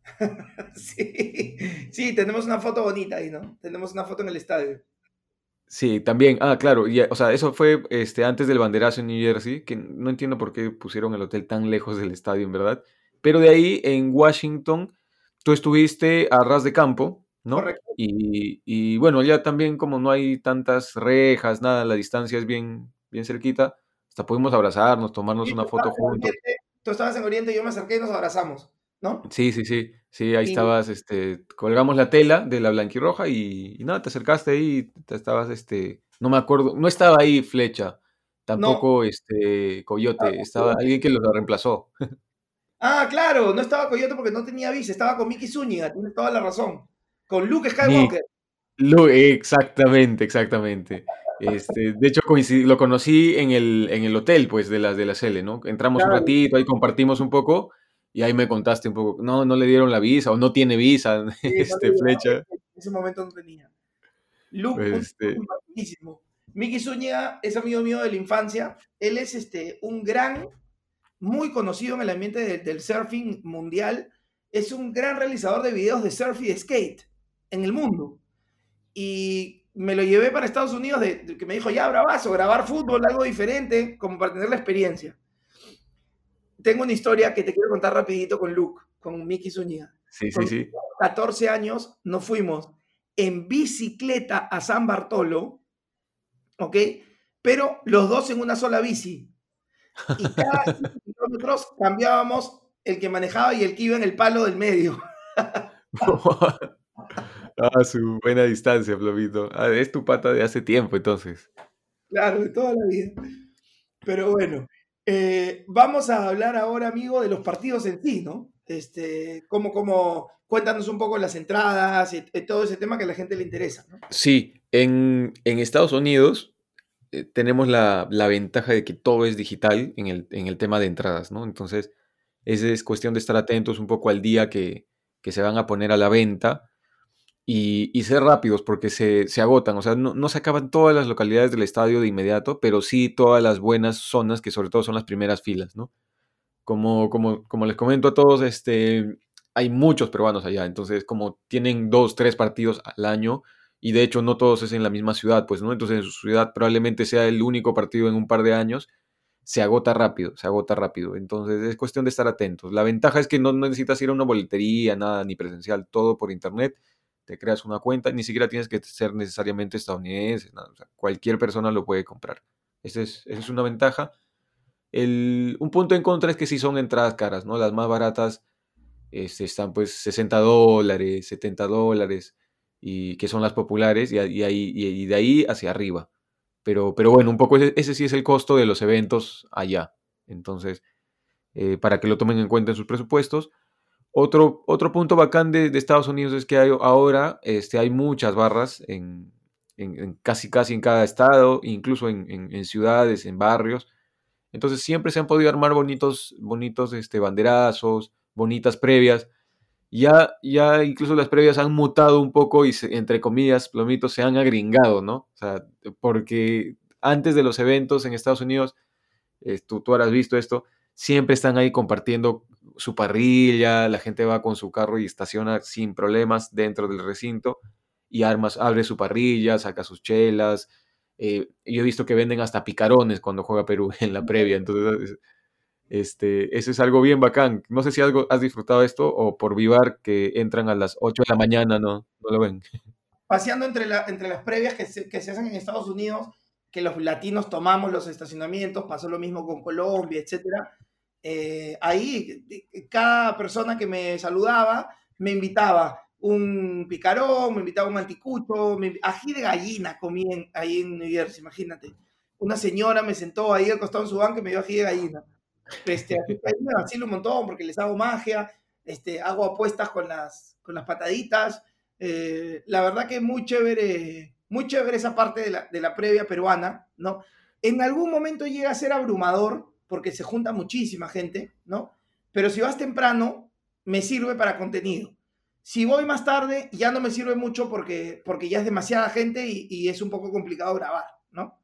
Sí, sí, tenemos una foto bonita ahí, ¿no? Tenemos una foto en el estadio. Sí, también. Ah, claro. Y, eh, o sea, eso fue este, antes del banderazo en New Jersey, que no entiendo por qué pusieron el hotel tan lejos del estadio, en verdad. Pero de ahí, en Washington, tú estuviste a ras de campo, ¿no? Correcto. Y, y bueno, ya también como no hay tantas rejas, nada, la distancia es bien, bien cerquita, hasta pudimos abrazarnos, tomarnos Y una tú foto estabas en juntos. Oriente, tú estabas en Oriente, yo me acerqué y nos abrazamos. ¿no? Sí, sí, sí. Sí, ahí Y estabas, este, colgamos la tela de la blanquirroja y, y nada, te acercaste ahí, y te estabas, este, no me acuerdo, no estaba ahí Flecha, no, tampoco este estaba Coyote, con estaba Coyote. alguien que lo reemplazó. Ah, claro, no estaba Coyote porque no tenía visa, estaba con Mickey Zúñiga, tienes toda la razón. Con Luke Ni Skywalker. lo, exactamente, exactamente. Este, de hecho, coincidí- lo conocí en el, en el hotel, pues, de las de la Cele, ¿no? Entramos un Claro, ratito, ahí compartimos un poco, y ahí me contaste un poco, no, no le dieron la visa, o no tiene visa, sí, no le este, llegaba, Flecha. en ese momento no tenía. Luke, un tipo Este, simpaticísimo. Mickey Zúñiga es amigo mío de la infancia. Él es este, un gran, muy conocido en el ambiente de- del surfing mundial. Es un gran realizador de videos de surf y de skate en el mundo. Y me lo llevé para Estados Unidos, de, de que me dijo, ya, bravazo, grabar fútbol, algo diferente, como para tener la experiencia. Tengo una historia que te quiero contar rapidito con Luke, con Mickey Zúñiga. sí, sí, Con sí. catorce años nos fuimos en bicicleta a San Bartolo, ¿ok? Pero los dos en una sola bici. Y cada cinco kilómetros cambiábamos el que manejaba y el que iba en el palo del medio. Ah, su buena distancia, Plomito. Ah, es tu pata de hace tiempo, entonces. Claro, de toda la vida. Pero bueno, eh, vamos a hablar ahora, amigo, de los partidos en sí, ¿no? Este, cómo, cómo, cuéntanos un poco las entradas y, y todo ese tema que a la gente le interesa, ¿no? Sí, en, en Estados Unidos eh, tenemos la, la ventaja de que todo es digital en el, en el tema de entradas, ¿no? Entonces, es, es cuestión de estar atentos un poco al día que, que se van a poner a la venta y, y ser rápidos porque se, se agotan. O sea, no, no se acaban todas las localidades del estadio de inmediato, pero sí todas las buenas zonas que sobre todo son las primeras filas, ¿no? Como, como, como les comento a todos, este, hay muchos peruanos allá, entonces como tienen dos, tres partidos al año, y de hecho no todos es en la misma ciudad, pues, ¿no? Entonces en su ciudad probablemente sea el único partido en un par de años, se agota rápido, se agota rápido. Entonces es cuestión de estar atentos. La ventaja es que no necesitas ir a una boletería, nada, ni presencial, todo por internet. Te creas una cuenta, ni siquiera tienes que ser necesariamente estadounidense, nada, o sea, cualquier persona lo puede comprar. Esa es, esa es una ventaja. El, un punto en contra es que sí son entradas caras, ¿no? Las más baratas este, están pues sesenta dólares, setenta dólares, y que son las populares, y, y, ahí, y de ahí hacia arriba. Pero, pero bueno, un poco ese, ese sí es el costo de los eventos allá. Entonces, eh, para que lo tomen en cuenta en sus presupuestos. Otro, otro punto bacán de, de Estados Unidos es que hay, ahora este, hay muchas barras en, en, en casi casi en cada estado, incluso en, en, en ciudades, en barrios. Entonces siempre se han podido armar bonitos, bonitos este, banderazos, bonitas previas. Ya, ya incluso las previas han mutado un poco y se- entre comillas, plomitos, se han agringado, ¿no? O sea, porque antes de los eventos en Estados Unidos, eh, tú, tú habrás visto esto, siempre están ahí compartiendo su parrilla, la gente va con su carro y estaciona sin problemas dentro del recinto y armas, abre su parrilla, saca sus chelas. Eh, yo he visto que venden hasta picarones cuando juega Perú en la previa, entonces este, eso es algo bien bacán. No sé si algo has disfrutado esto o por Vivar que entran a las ocho de la mañana, no, no lo ven. Paseando entre, la, entre las previas que se, que se hacen en Estados Unidos, que los latinos tomamos los estacionamientos, pasó lo mismo con Colombia, etcétera. Eh, ahí cada persona que me saludaba me invitaba un picarón, me invitaba un anticucho, me, ají de gallina comí en, ahí en New Jersey, imagínate. Una señora me sentó ahí al costado en su banco y me dio ají de gallina. Este, así que ahí me vacilo un montón porque les hago magia, este, hago apuestas con las, con las pataditas. Eh, la verdad que muy chévere, muy chévere esa parte de la, de la previa peruana, ¿no? En algún momento llega a ser abrumador porque se junta muchísima gente, ¿no? Pero si vas temprano, me sirve para contenido. Si voy más tarde, ya no me sirve mucho porque, porque ya es demasiada gente y, y es un poco complicado grabar, ¿no?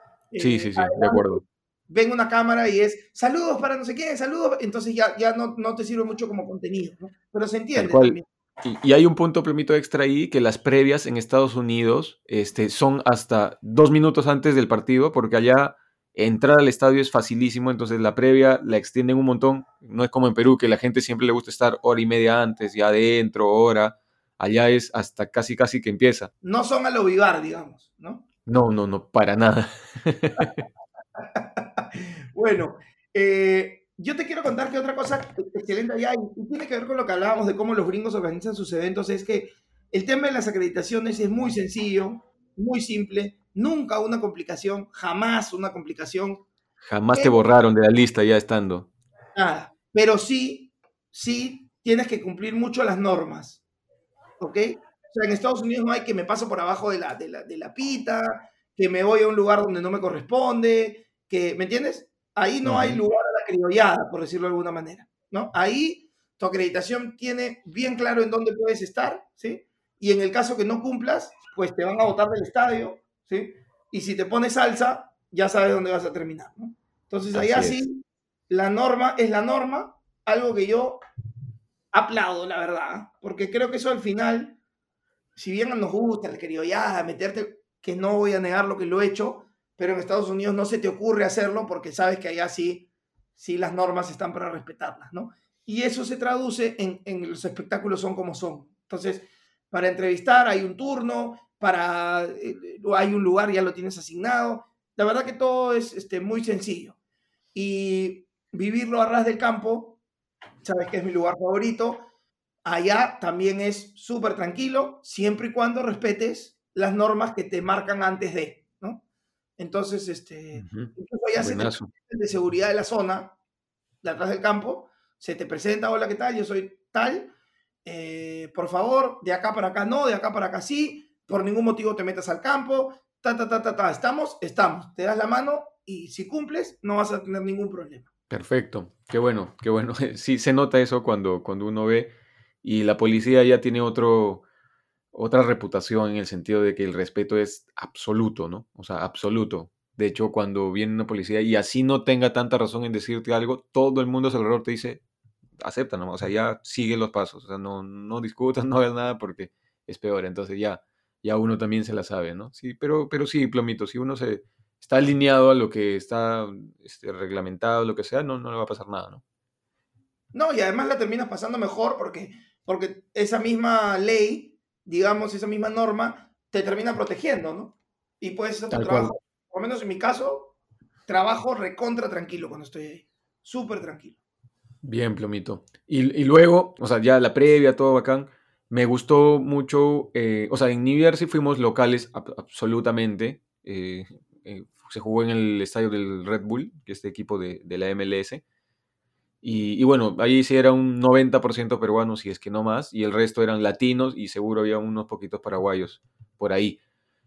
Sí, Eh, sí, sí, de acuerdo. ven una cámara y es saludos para no sé quién, saludos, entonces ya, ya no, no te sirve mucho como contenido, ¿no? Pero se Tal entiende cual. también. Y, y hay un punto, primito extra ahí, que las previas en Estados Unidos este, son hasta dos minutos antes del partido, porque allá entrar al estadio es facilísimo, entonces la previa la extienden un montón. No es como en Perú, que la gente siempre le gusta estar hora y media antes, ya adentro, hora. Allá es hasta casi, casi que empieza. No son a lo vivar, digamos, ¿no? No, no, no, para nada. Bueno, eh, yo te quiero contar que otra cosa excelente allá, y tiene que ver con lo que hablábamos de cómo los gringos organizan sus eventos, es que el tema de las acreditaciones es muy sencillo, muy simple, nunca una complicación, jamás una complicación, Jamás te pero borraron de la lista ya estando. nada, pero sí, sí tienes que cumplir mucho las normas, ¿ok? O sea, en Estados Unidos no hay que me paso por abajo de la, de la, de la pita, que me voy a un lugar donde no me corresponde, que, ¿me entiendes? Ahí no hay Ujú. lugar a la criollada, por decirlo de alguna manera, ¿no? Ahí tu acreditación tiene bien claro en dónde puedes estar, ¿sí? Y en el caso que no cumplas, pues te van a botar del estadio, ¿sí? Y si te pones salsa, ya sabes dónde vas a terminar, ¿no? Entonces, allá Así es. sí, la norma es la norma, algo que yo aplaudo, la verdad, porque creo que eso al final, si bien nos gusta el querido ya meterte, que no voy a negar lo que lo he hecho, pero en Estados Unidos no se te ocurre hacerlo porque sabes que allá sí, sí las normas están para respetarlas, ¿no? Y eso se traduce en, en los espectáculos son como son. Entonces, para entrevistar hay un turno, para eh, hay un lugar, ya lo tienes asignado. La verdad que todo es este, muy sencillo. Y vivirlo a ras del campo, sabes que es mi lugar favorito, allá también es súper tranquilo, siempre y cuando respetes las normas que te marcan antes de, ¿no? Entonces, este, Ujú. incluso allá se te Buenazo. presenta de seguridad de la zona, de atrás del campo, se te presenta, hola, ¿qué tal? Yo soy tal, eh, por favor, de acá para acá no, de acá para acá sí, por ningún motivo te metas al campo, ta, ta, ta, ta, ta, estamos, estamos, te das la mano y si cumples no vas a tener ningún problema. Perfecto. Qué bueno, qué bueno. Sí, se nota eso cuando, cuando uno ve y la policía ya tiene otro, otra reputación en el sentido de que el respeto es absoluto, ¿no? O sea, absoluto. De hecho, cuando viene una policía y así no tenga tanta razón en decirte algo, todo el mundo a su alrededor te dice, acepta nomás, o sea, ya sigue los pasos, o sea, no, no discutas, no hagas nada porque es peor, entonces ya, ya uno también se la sabe, ¿no? Sí, pero, pero sí, Plomito, si uno se está alineado a lo que está este, reglamentado, lo que sea, no, no le va a pasar nada, ¿no? No, y además la terminas pasando mejor porque, porque esa misma ley, digamos, esa misma norma, te termina protegiendo, ¿no? Y puedes hacer tu Tal cual. trabajo, por lo menos en mi caso, trabajo recontra tranquilo cuando estoy ahí. Súper tranquilo. Bien, Plomito. Y, y luego, o sea, ya la previa, todo bacán. Me gustó mucho, eh, o sea, en New Jersey fuimos locales ab- absolutamente. eh, eh, se jugó en el estadio del Red Bull, que es este equipo de, de la M L S. Y, y bueno, ahí sí era un noventa por ciento peruanos, si es que no más, y el resto eran latinos y seguro había unos poquitos paraguayos por ahí.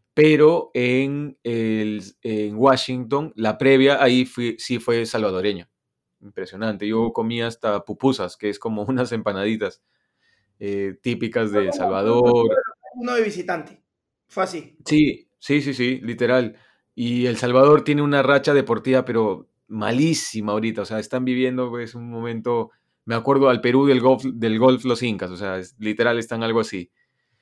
Pero en, el, en Washington, la previa ahí fui- sí fue salvadoreña. Impresionante. Yo comí hasta pupusas, que es como unas empanaditas eh, típicas de El Como, como el partido Salvador. de uno de visitante. Fue así. Sí, sí, sí, sí, literal. Y El Salvador tiene una racha deportiva, pero malísima ahorita. O sea, están viviendo pues, un momento. Me acuerdo al Perú del golf, del golf Los Incas. O sea, es- literal están algo así.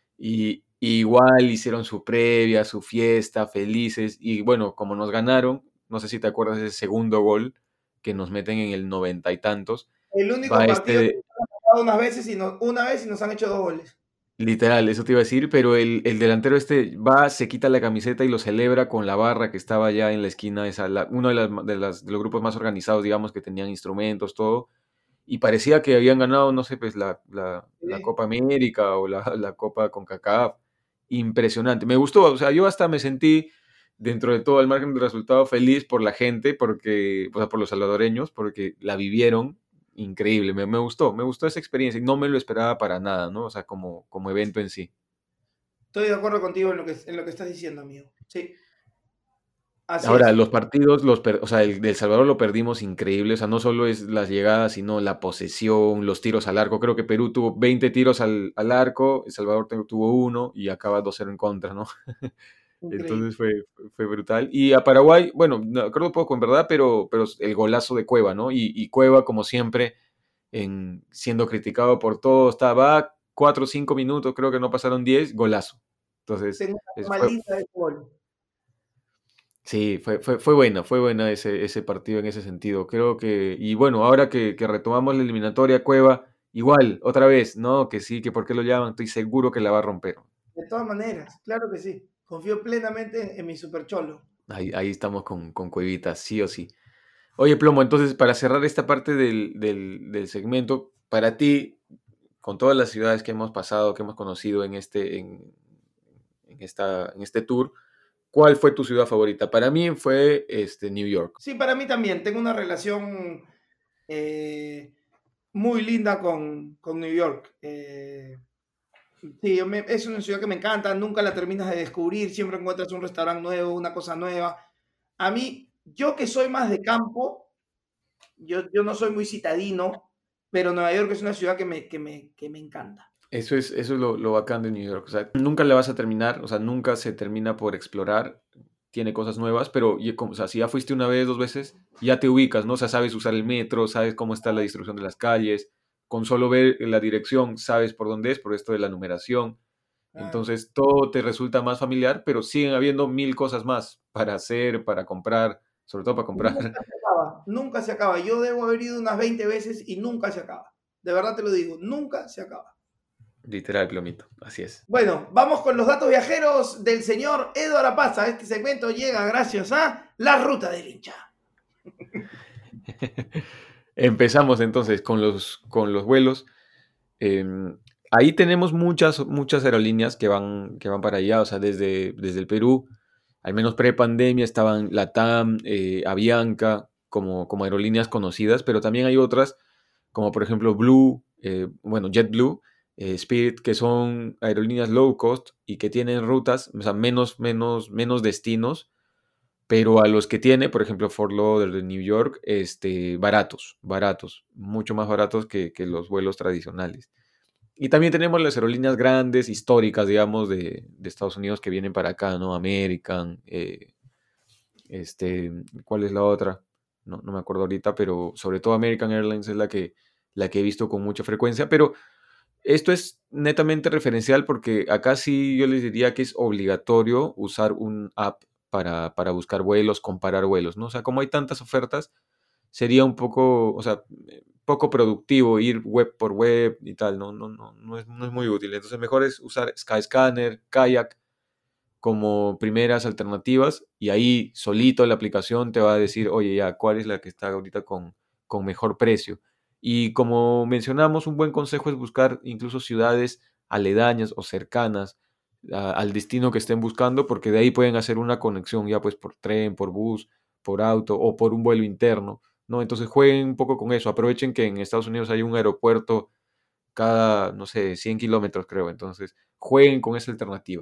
Y y igual hicieron su previa, su fiesta, felices. Y bueno, como nos ganaron, no sé si te acuerdas de ese segundo gol que nos meten en el noventa y tantos. El único Va partido que este, nos han jugado unas veces y no, una vez y nos han hecho dos goles. literal, eso te iba a decir, pero el, el delantero este va, se quita la camiseta y lo celebra con la barra que estaba ya en la esquina, esa, la- uno de, las, de, las- de los grupos más organizados, digamos, que tenían instrumentos, todo, y parecía que habían ganado, no sé, pues la, la, la Sí. Copa América o la, la Copa CONCACAF. Impresionante. Me gustó, o sea, yo hasta me sentí, dentro de todo el margen del resultado, feliz por la gente, porque, o sea, por los salvadoreños, porque la vivieron increíble. Me, me gustó, me gustó esa experiencia y no me lo esperaba para nada, ¿no? O sea, como, como evento en sí. Estoy de acuerdo contigo en lo que, en lo que estás diciendo, amigo. Sí, así Ahora, es. los partidos, los per- o sea, el de El Salvador lo perdimos increíble, o sea, no solo es las llegadas, sino la posesión, los tiros al arco. Creo que Perú tuvo veinte tiros al, al arco, El Salvador te- tuvo uno y acaba dos cero en contra, ¿no? Increíble. Entonces fue, fue brutal. Y a Paraguay, bueno, no acuerdo poco en verdad, pero, pero el golazo de Cueva, ¿no? Y, y Cueva, como siempre, en, siendo criticado por todo, estaba cuatro o cinco minutos, creo que no pasaron diez, golazo. Entonces, Tengo es- una fue, maldita de gol. sí, fue, fue, fue buena, fue buena ese, ese partido en ese sentido. Creo que, y bueno, ahora que, que retomamos la eliminatoria, Cueva, igual, otra vez, ¿no? Que sí, que por qué lo llaman, estoy seguro que la va a romper. De todas maneras, claro que sí. Confío plenamente en, en mi super cholo. Ahí, ahí estamos con, con Cuevita, sí o sí. Oye, Plomo, entonces para cerrar esta parte del, del, del segmento, para ti, con todas las ciudades que hemos pasado, que hemos conocido en este, en, en esta, en este tour, ¿cuál fue tu ciudad favorita? Para mí fue este, New York. Sí, para mí también. Tengo una relación eh, muy linda con, con New York. Eh, sí, yo me- es una ciudad que me encanta, nunca la terminas de descubrir, siempre encuentras un restaurante nuevo, una cosa nueva. A mí, yo que soy más de campo, yo, yo no soy muy citadino, pero Nueva York es una ciudad que me, que me, que me encanta. Eso es, eso es lo, lo bacán de New York. O sea, nunca le vas a terminar, o sea, nunca se termina por explorar. Tiene cosas nuevas, pero y como- o sea, si ya fuiste una vez, dos veces, ya te ubicas, ¿no? O sea, sabes usar el metro, sabes cómo está la distribución de las calles. Con solo ver la dirección, sabes por dónde es, por esto de la numeración. Claro. Entonces, todo te resulta más familiar, pero siguen habiendo mil cosas más para hacer, para comprar, sobre todo para comprar. Nunca se acaba, nunca se acaba. Yo debo haber ido unas veinte veces y nunca se acaba. De verdad te lo digo, nunca se acaba. Literal, plomito. Así es. Bueno, vamos con los datos viajeros del señor Eduardo Arapaza. Este segmento llega gracias a La Ruta del Hincha. Empezamos entonces con los, con los vuelos. Eh, ahí tenemos muchas, muchas aerolíneas que van, que van para allá, o sea, desde, desde el Perú, al menos pre-pandemia estaban LATAM, eh, Avianca, como, como aerolíneas conocidas, pero también hay otras, como por ejemplo Blue, eh, bueno, JetBlue, eh, Spirit, que son aerolíneas low cost y que tienen rutas, o sea, menos, menos, menos destinos, pero a los que tiene, por ejemplo, Fort Lauderdale de New York, este, baratos, baratos, mucho más baratos que, que los vuelos tradicionales. Y también tenemos las aerolíneas grandes, históricas, digamos, de, de Estados Unidos que vienen para acá, ¿no? American, eh, este, ¿cuál es la otra? No, no me acuerdo ahorita, pero sobre todo American Airlines es la que, la que he visto con mucha frecuencia. Pero esto es netamente referencial porque acá sí yo les diría que es obligatorio usar un app para, para buscar vuelos, comparar vuelos, ¿no? O sea, como hay tantas ofertas, sería un poco, o sea, eh, poco productivo ir web por web y tal, no, no, no, no es, no es muy útil. Entonces mejor es usar Skyscanner, Kayak como primeras alternativas y ahí solito la aplicación te va a decir, oye, ya, ¿cuál es la que está ahorita con, con mejor precio? Y como mencionamos, un buen consejo es buscar incluso ciudades aledañas o cercanas a- al destino que estén buscando, porque de ahí pueden hacer una conexión ya pues por tren, por bus, por auto o por un vuelo interno, ¿no? Entonces jueguen un poco con eso, aprovechen que en Estados Unidos hay un aeropuerto cada, no sé, cien kilómetros creo, entonces jueguen con esa alternativa.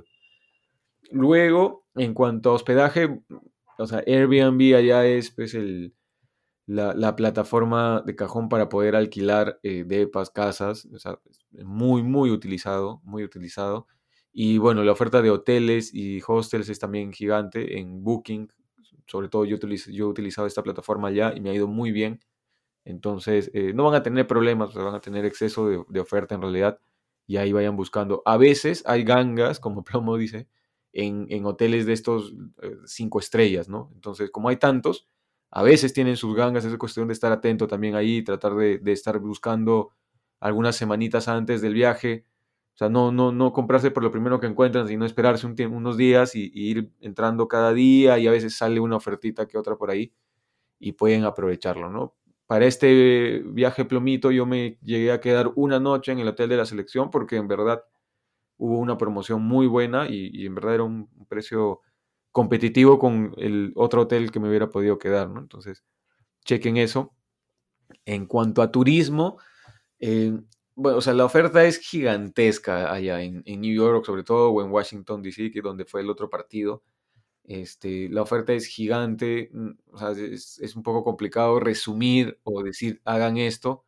Luego, en cuanto a hospedaje, o sea, Airbnb allá es pues el, la, la plataforma de cajón para poder alquilar eh, depas, casas, o sea, es muy, muy utilizado, muy utilizado. Y bueno, la oferta de hoteles y hostels es también gigante en Booking. Sobre todo yo, utilizo, yo he utilizado esta plataforma allá y me ha ido muy bien. Entonces, eh, no van a tener problemas, o sea, van a tener exceso de, de oferta en realidad y ahí vayan buscando. A veces hay gangas, como Plomo dice, en, en hoteles de estos eh, cinco estrellas, ¿no? Entonces, como hay tantos, a veces tienen sus gangas, es cuestión de estar atento también ahí, tratar de, de estar buscando algunas semanitas antes del viaje. O sea, no, no, no comprarse por lo primero que encuentran, sino esperarse un tiempo, unos días y, y ir entrando cada día y a veces sale una ofertita que otra por ahí y pueden aprovecharlo, ¿no? Para este viaje plomito yo me llegué a quedar una noche en el hotel de la selección porque en verdad hubo una promoción muy buena y, y en verdad era un, un precio competitivo con el otro hotel que me hubiera podido quedar, ¿no? Entonces, chequen eso. En cuanto a turismo, eh, bueno, o sea, la oferta es gigantesca allá en, en New York, sobre todo, o en Washington, D C, que es donde fue el otro partido. Este, la oferta es gigante, mm, o sea, es, es un poco complicado resumir o decir hagan esto,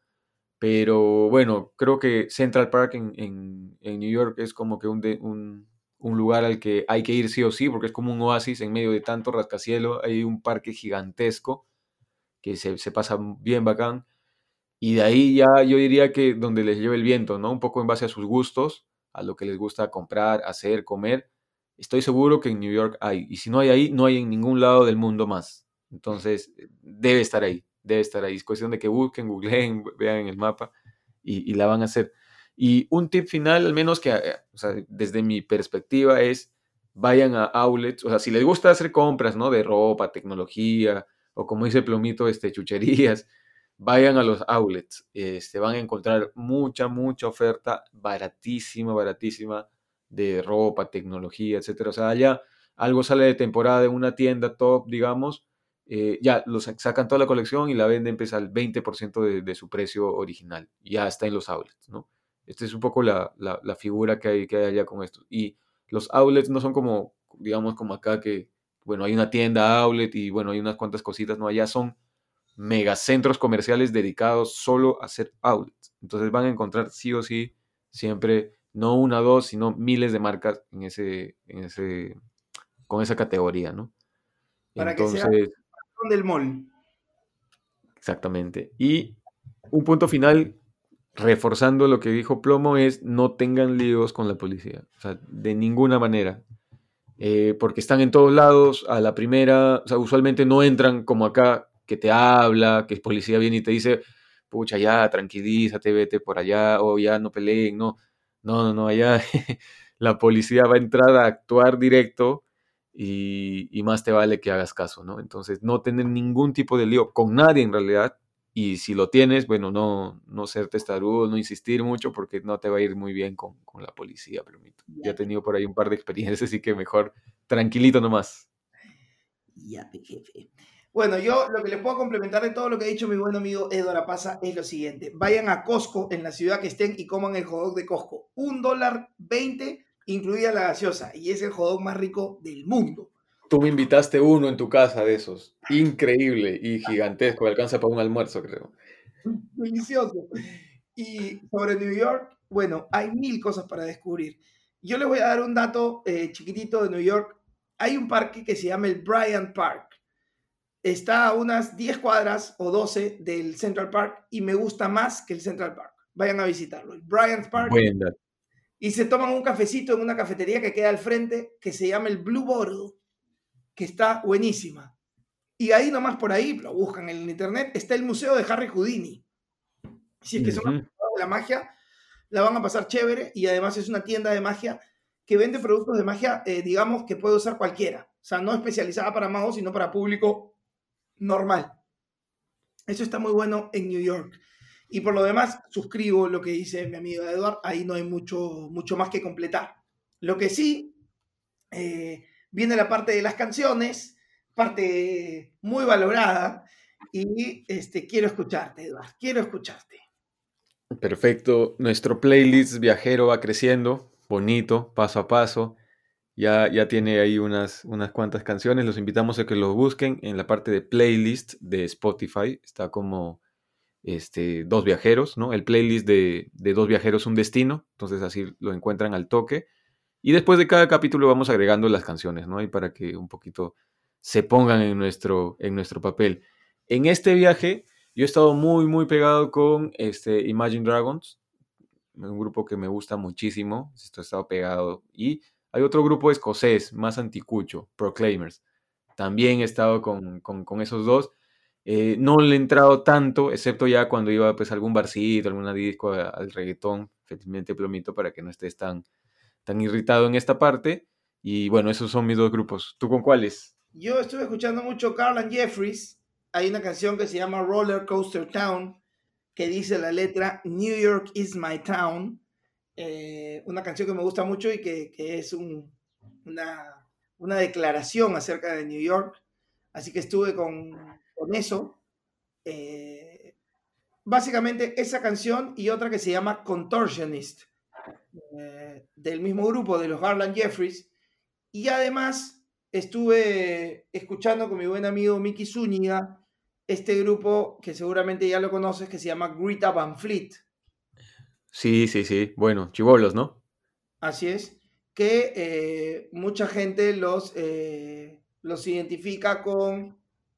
pero bueno, creo que Central Park en, en- en New York es como que un, de- un, un lugar al que hay que ir sí o sí, porque es como un oasis en medio de tanto rascacielos, hay un parque gigantesco que se, se pasa bien bacán, y de ahí ya yo diría que donde les lleve el viento, ¿no? Un poco en base a sus gustos, a lo que les gusta comprar, hacer, comer. Estoy seguro que en New York hay. Y si no hay ahí, no hay en ningún lado del mundo más. Entonces, eh, debe estar ahí. Debe estar ahí. Es cuestión de que busquen, googleen, vean en el mapa y, y la van a hacer. Y un tip final, al menos que, eh, o sea, desde mi perspectiva, es vayan a outlets. O sea, si les gusta hacer compras, ¿no? De ropa, tecnología, o como dice Plomito, este, chucherías, vayan a los outlets, este, van a encontrar mucha, mucha oferta baratísima, baratísima de ropa, tecnología, etcétera. O sea, allá algo sale de temporada en una tienda top, digamos, eh, ya lo sacan toda la colección y la venden pues, al veinte por ciento de, de su precio original. Ya está en los outlets, ¿no? Esta es un poco la, la, la figura que hay, que hay allá con esto. Y los outlets no son como, digamos, como acá que, bueno, hay una tienda outlet y, bueno, hay unas cuantas cositas, no, allá son megacentros comerciales dedicados solo a hacer outlets. Entonces van a encontrar sí o sí siempre, no una o dos, sino miles de marcas en ese, en ese, con esa categoría, ¿no? Para que sea Entonces, del mall. exactamente. Y un punto final, reforzando lo que dijo Plomo, es no tengan líos con la policía. O sea, de ninguna manera. Eh, porque están en todos lados, a la primera, o sea, usualmente no entran como acá, que te habla, que el policía viene y te dice, pucha, ya, tranquilízate, vete por allá, o ya no peleen, no, no, no, no, allá la policía va a entrar a actuar directo y, y más te vale que hagas caso, ¿no? Entonces, no tener ningún tipo de lío con nadie en realidad, y si lo tienes, bueno, no, no ser testarudo, no insistir mucho, porque no te va a ir muy bien con, con la policía, Plumito. Ya he Ya, pe- tenido por ahí un par de experiencias, así que mejor tranquilito nomás. ya, pe, jefe. Bueno, yo lo que les puedo complementar de todo lo que ha dicho mi buen amigo Edo Arapaza es lo siguiente. Vayan a Costco en la ciudad que estén y coman el hot dog de Costco. Un dólar veinte, incluida la gaseosa. Y es el hot dog más rico del mundo. Tú me invitaste uno en tu casa de esos. Increíble y gigantesco. Alcanza para un almuerzo, creo. Delicioso. Y sobre New York, bueno, hay mil cosas para descubrir. Yo les voy a dar un dato eh, chiquitito de New York. Hay un parque que se llama el Bryant Park. Está a unas diez cuadras o doce del Central Park y me gusta más que el Central Park. Vayan a visitarlo. El Bryant Park. Buen dato. Y se toman un cafecito en una cafetería que queda al frente que se llama el Blue Bottle, que está buenísima. Y ahí nomás por ahí, lo buscan en el internet, está el Museo de Harry Houdini. Si es que son Ujú. aficionados de la magia, la van a pasar chévere y además es una tienda de magia que vende productos de magia, eh, digamos, que puede usar cualquiera. O sea, no especializada para magos, sino para público normal. Eso está muy bueno en New York. Y por lo demás, suscribo lo que dice mi amigo Eduard, ahí no hay mucho, mucho más que completar. Lo que sí, eh, viene la parte de las canciones, parte muy valorada, y este, quiero escucharte, Eduard, quiero escucharte. Perfecto. Nuestro playlist viajero va creciendo, bonito, paso a paso. Ya, ya tiene ahí unas, unas cuantas canciones. Los invitamos a que lo busquen en la parte de playlist de Spotify. Está como este, Dos Viajeros, ¿no? El playlist de, de Dos Viajeros, un destino. Entonces así lo encuentran al toque. Y después de cada capítulo vamos agregando las canciones, ¿no? Y para que un poquito se pongan en nuestro, en nuestro papel. En este viaje yo he estado muy, muy pegado con este, Imagine Dragons, un grupo que me gusta muchísimo. Esto he estado pegado. Y hay otro grupo escocés, más anticucho, Proclaimers. También he estado con, con, con esos dos. Eh, no le he entrado tanto, excepto ya cuando iba pues, a algún barcito, alguna disco, a- al reggaetón. Felizmente Plomito para que no estés tan, tan irritado en esta parte. Y bueno, esos son mis dos grupos. ¿Tú con cuáles? Yo estuve escuchando mucho Carl and Jeffries. Hay una canción que se llama Roller Coaster Town, que dice la letra New York is my town. Eh, una canción que me gusta mucho y que, que es un, una, una declaración acerca de New York. Así que estuve con, con eso. Eh, básicamente esa canción y otra que se llama Contortionist, eh, del mismo grupo de los Garland Jeffries. Y además estuve escuchando con mi buen amigo Mickey Zúñiga este grupo que seguramente ya lo conoces que se llama Greta Van Fleet. Sí, sí, sí. Bueno, chibolos, ¿no? Así es, que eh, mucha gente los, eh, los identifica con,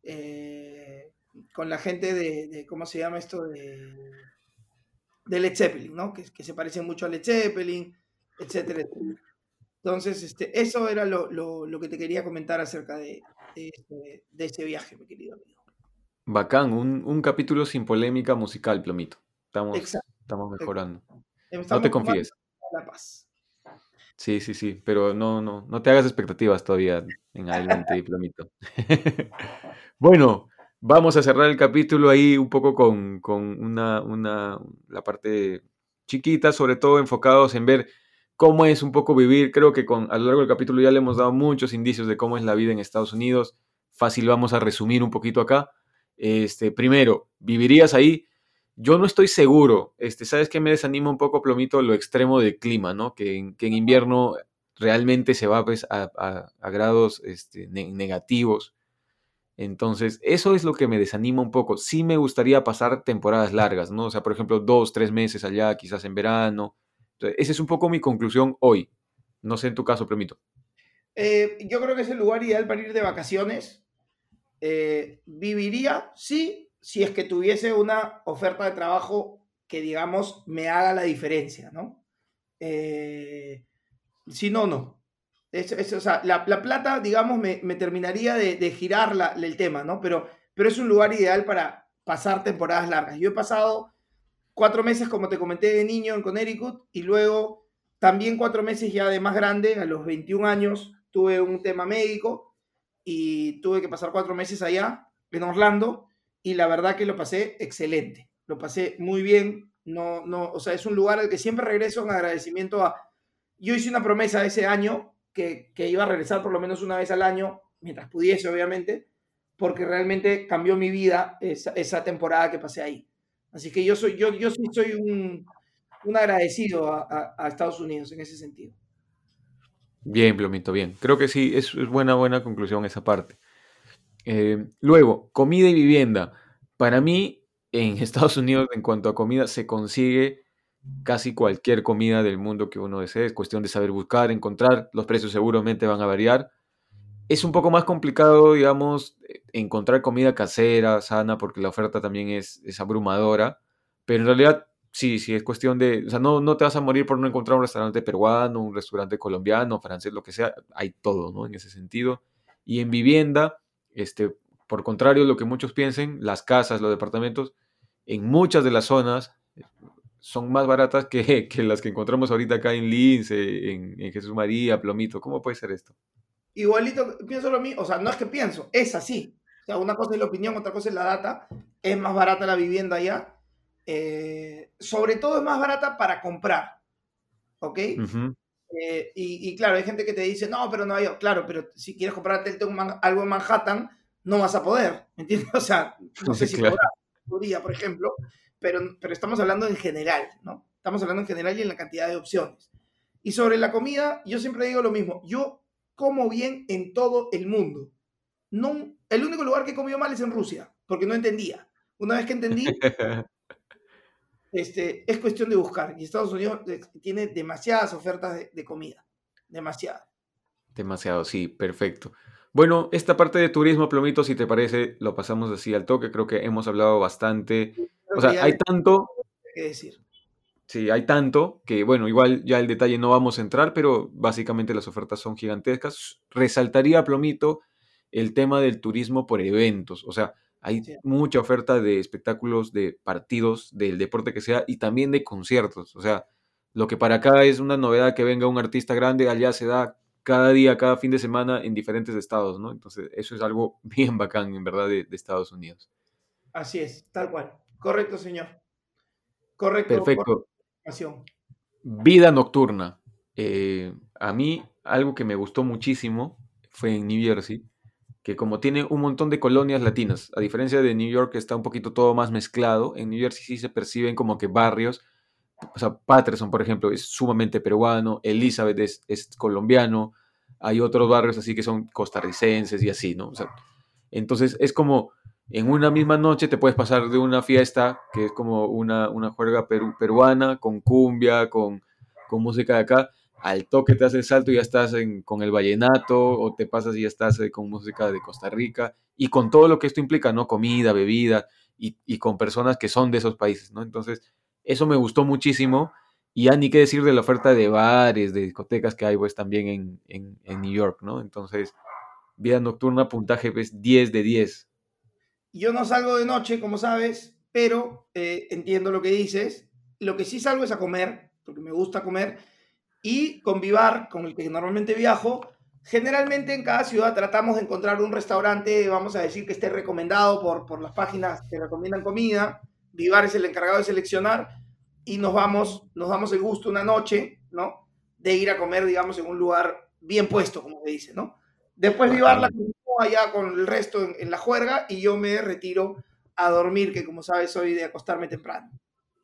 eh, con la gente de, de, ¿cómo se llama esto? De, de Led Zeppelin, ¿no? Que, que se parecen mucho a Led Zeppelin, etcétera, etcétera. Entonces, este, eso era lo, lo, lo que te quería comentar acerca de, de, este- de ese viaje, mi querido amigo. Bacán, un, un capítulo sin polémica musical, Plomito. Estamos, Exacto, estamos exacto. mejorando. No te Estamos tomando confíes. la paz. Sí, sí, sí, pero no, no, no te hagas expectativas todavía en adelante, Plomito. Bueno, Vamos a cerrar el capítulo ahí un poco con, con una, una, la parte chiquita, sobre todo enfocados en ver cómo es un poco vivir. Creo que con, a lo largo del capítulo ya le hemos dado muchos indicios de cómo es la vida en Estados Unidos. Fácil, vamos a resumir un poquito acá. Este, primero, ¿vivirías ahí? Yo no estoy seguro. Este, ¿sabes qué me desanima un poco, Plomito? Lo extremo del clima, ¿no? Que, en- que en invierno realmente se va pues, a, a- a grados este, ne- negativos. Entonces, eso es lo que me desanima un poco. Sí me gustaría pasar temporadas largas, ¿no? O sea, por ejemplo, dos, tres meses allá, quizás en verano. Entonces, esa es un poco mi conclusión hoy. No sé en tu caso, Premito. Eh, yo creo que es el lugar ideal para ir de vacaciones. Eh, viviría, sí, si es que tuviese una oferta de trabajo que, digamos, me haga la diferencia, ¿no? Eh, si no, no. Es, es, o sea, la, la plata, digamos, me, me terminaría de, de girar la, el tema, ¿no? Pero, pero es un lugar ideal para pasar temporadas largas. Yo he pasado cuatro meses, como te comenté, de niño en Connecticut y luego también cuatro meses ya de más grande, a los veintiún años, tuve un tema médico y tuve que pasar cuatro meses allá en Orlando y la verdad que lo pasé excelente, lo pasé muy bien, no, no, o sea, es un lugar al que siempre regreso en agradecimiento a, yo hice una promesa ese año que, que iba a regresar por lo menos una vez al año, mientras pudiese obviamente, porque realmente cambió mi vida esa, esa temporada que pasé ahí. Así que yo soy, yo, yo sí soy un, un agradecido a, a, a Estados Unidos en ese sentido. Bien, Plomito, bien. Creo que sí, es, es buena, buena conclusión esa parte. Eh, luego, comida y vivienda. Para mí, en Estados Unidos, en cuanto a comida, se consigue casi cualquier comida del mundo que uno desee. Es cuestión de saber buscar, encontrar. Los precios seguramente van a variar. Es un poco más complicado, digamos, eh, encontrar comida casera, sana, porque la oferta también es, es abrumadora. Pero en realidad, sí, sí, es cuestión de, o sea, no, no te vas a morir por no encontrar un restaurante peruano, un restaurante colombiano, francés, lo que sea. Hay todo, ¿no? En ese sentido. Y en vivienda, este, por contrario, lo que muchos piensen, las casas, los departamentos, en muchas de las zonas eh, son más baratas que, que las que encontramos ahorita acá en Lince, en, en Jesús María, Plomito. ¿Cómo puede ser esto? Igualito, pienso lo mismo, o sea, no es que pienso, es así. O sea, una cosa es la opinión, otra cosa es la data. Es más barata la vivienda allá. Eh, sobre todo es más barata para comprar, ¿ok? Ujú. Eh, y, y, claro, hay gente que te dice, no, pero no hay, claro, pero si quieres comprarte algo en Manhattan, no vas a poder, ¿me entiendes? O sea, no sé si Claro. podrás, podría, por ejemplo, pero, pero estamos hablando en general, ¿no? Estamos hablando en general y en la cantidad de opciones. Y sobre la comida, yo siempre digo lo mismo, yo como bien en todo el mundo. No, el único lugar que he comido mal es en Rusia, porque no entendía. Una vez que entendí, este, es cuestión de buscar. Y Estados Unidos eh, tiene demasiadas ofertas de, de comida, demasiadas. Demasiado, sí, perfecto. Bueno, esta parte de turismo, Plomito, si te parece, lo pasamos así al toque. Creo que hemos hablado bastante. O Creo que sea, ya hay les tanto, tengo que decir. sí, hay tanto que, bueno, igual ya el detalle no vamos a entrar, pero básicamente las ofertas son gigantescas. Resaltaría, Plomito, el tema del turismo por eventos. O sea, hay Sí. mucha oferta de espectáculos, de partidos, del deporte que sea, y también de conciertos. O sea, lo que para acá es una novedad que venga un artista grande, allá se da cada día, cada fin de semana en diferentes estados, ¿no? Entonces, eso es algo bien bacán, en verdad, de, de Estados Unidos. Así es, tal cual. Correcto, señor. Correcto, correcto. Perfecto. Vida nocturna. Eh, a mí, algo que me gustó muchísimo fue en New Jersey, que como tiene un montón de colonias latinas, a diferencia de New York, que está un poquito todo más mezclado, en New Jersey sí se perciben como que barrios. O sea, Patterson, por ejemplo, es sumamente peruano, Elizabeth es, es colombiano, hay otros barrios así que son costarricenses y así, ¿no? O sea, entonces es como en una misma noche te puedes pasar de una fiesta que es como una, una juerga peru- peruana con cumbia, con, con música de acá, al toque te hace el salto y ya estás en- con el vallenato o te pasas y ya estás eh, con música de Costa Rica y con todo lo que esto implica, ¿no? Comida, bebida y, y con personas que son de esos países, ¿no? Entonces eso me gustó muchísimo. Y ya ni qué decir de la oferta de bares, de discotecas que hay pues también en, en, en New York, ¿no? Entonces, vida nocturna, puntaje pues diez de diez. Yo no salgo de noche, como sabes, pero eh, entiendo lo que dices. Lo que sí salgo es a comer, porque me gusta comer, y con Vivar, con el que normalmente viajo, Generalmente en cada ciudad tratamos de encontrar un restaurante, vamos a decir, que esté recomendado por, por las páginas que recomiendan comida. Vivar es el encargado de seleccionar y nos vamos, nos damos el gusto una noche, ¿no? De ir a comer, digamos, en un lugar bien puesto, como se dice, ¿no? Después Vivar la Bacán. continúa allá con el resto en, en la juerga y yo me retiro a dormir, que como sabes soy de acostarme temprano.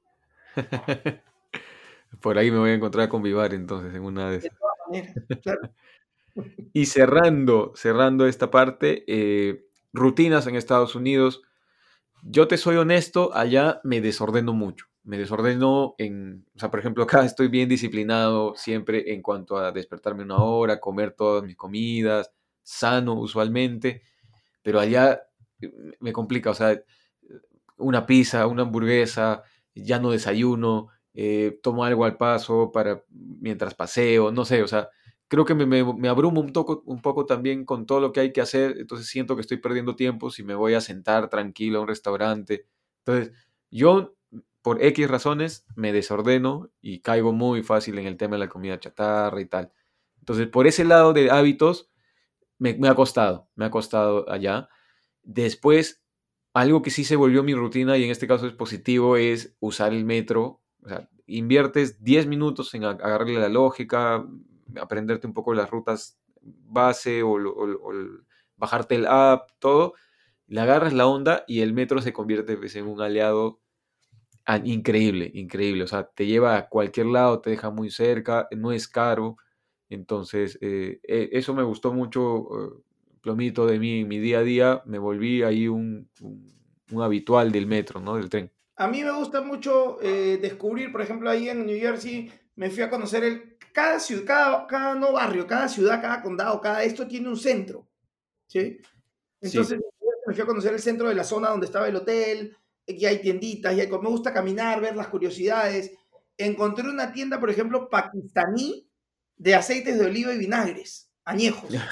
Por ahí me voy a encontrar con Vivar entonces en una de De esas. todas maneras, claro. Y cerrando, cerrando esta parte, eh, rutinas en Estados Unidos. Yo te soy honesto, allá me desordeno mucho. Me desordeno en, o sea, por ejemplo, acá estoy bien disciplinado siempre en cuanto a despertarme una hora, comer todas mis comidas, sano usualmente, pero allá eh, me complica, o sea, una pizza, una hamburguesa, ya no desayuno, eh, tomo algo al paso para mientras paseo, no sé, o sea, creo que me, me, me abrumo un poco, un poco también con todo lo que hay que hacer, entonces siento que estoy perdiendo tiempo si me voy a sentar tranquilo a un restaurante. Entonces, yo por X razones me desordeno y caigo muy fácil en el tema de la comida chatarra y tal. Entonces, por ese lado de hábitos, me, me ha costado, me ha costado allá. Después, algo que sí se volvió mi rutina y en este caso es positivo es usar el metro. O sea, inviertes diez minutos en agarrarle la lógica, aprenderte un poco las rutas base o, o, o bajarte el app, todo. Le agarras la onda y el metro se convierte pues, en un aliado ah, increíble, increíble. O sea, te lleva a cualquier lado, te deja muy cerca, no es caro. Entonces, eh, eh, eso me gustó mucho, eh, Plomito, de mí en mi día a día. Me volví ahí un, un, un habitual del metro, ¿no? Del tren. A mí me gusta mucho eh, descubrir, por ejemplo, ahí en New Jersey me fui a conocer el, cada ciudad, cada, cada no barrio, cada ciudad, cada condado, cada esto tiene un centro, ¿sí? Sí. Entonces me fui a conocer el centro de la zona donde estaba el hotel, y hay tienditas, y hay, me gusta caminar, ver las curiosidades. Encontré una tienda, por ejemplo, pakistaní de aceites de oliva y vinagres, añejos.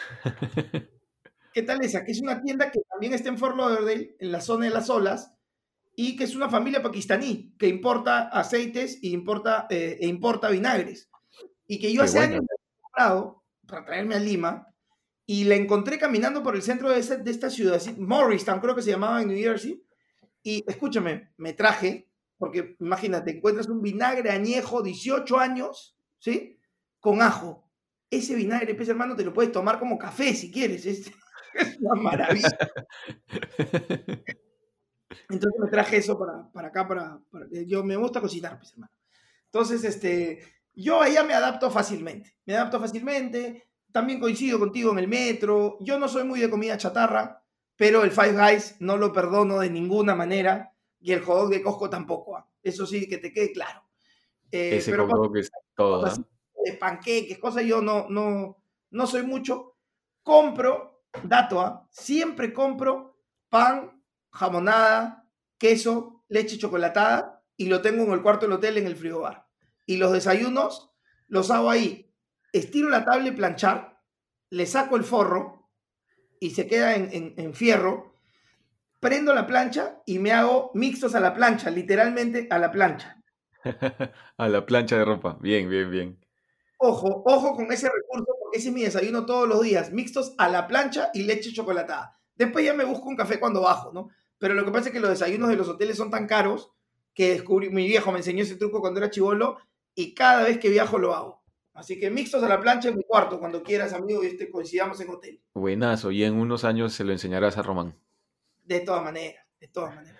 ¿Qué tal esa? Que es una tienda que también está en Fort Lauderdale, en la zona de las olas, y que es una familia pakistaní que importa aceites e importa, eh, e importa vinagres. Y que yo Qué hace años buena. me he comprado para traerme a Lima y la encontré caminando por el centro de, ese, de esta ciudad, Morristown creo que se llamaba en New Jersey. Y escúchame, me traje, porque imagínate, encuentras un vinagre añejo, dieciocho años, ¿sí? Con ajo. Ese vinagre, pues hermano, te lo puedes tomar como café si quieres. Es, es una maravilla. Entonces me traje eso para, para acá, para, para, yo me gusta cocinar, pues hermano. Entonces, este, yo allá me adapto fácilmente, me adapto fácilmente, también coincido contigo en el metro, yo no soy muy de comida chatarra, pero el Five Guys no lo perdono de ninguna manera, y el hot dog de Costco tampoco, ¿eh? Eso sí, que te quede claro. Eh, Ese pero hot cosas, dog es todo, cosas ¿eh? así, de panqueques, cosas yo no, no, no soy mucho. Compro, dato, ¿eh? Siempre compro pan, jamonada, queso, leche chocolatada, y lo tengo en el cuarto del hotel en el frigobar. Y los desayunos los hago ahí. Estiro la tabla y planchar, le saco el forro y se queda en, en, en fierro. Prendo la plancha y me hago mixtos a la plancha, literalmente a la plancha. A la plancha de ropa. Bien, bien, bien. Ojo, ojo con ese recurso porque ese es mi desayuno todos los días, mixtos a la plancha y leche chocolatada. Después ya me busco un café cuando bajo, ¿no? Pero lo que pasa es que los desayunos de los hoteles son tan caros que descubrí, mi viejo me enseñó ese truco cuando era chivolo y cada vez que viajo lo hago. Así que mixtos a la plancha en mi cuarto, cuando quieras, amigo, y este, coincidamos en hotel. Buenazo. Y en unos años se lo enseñarás a Román. De todas maneras, de todas maneras.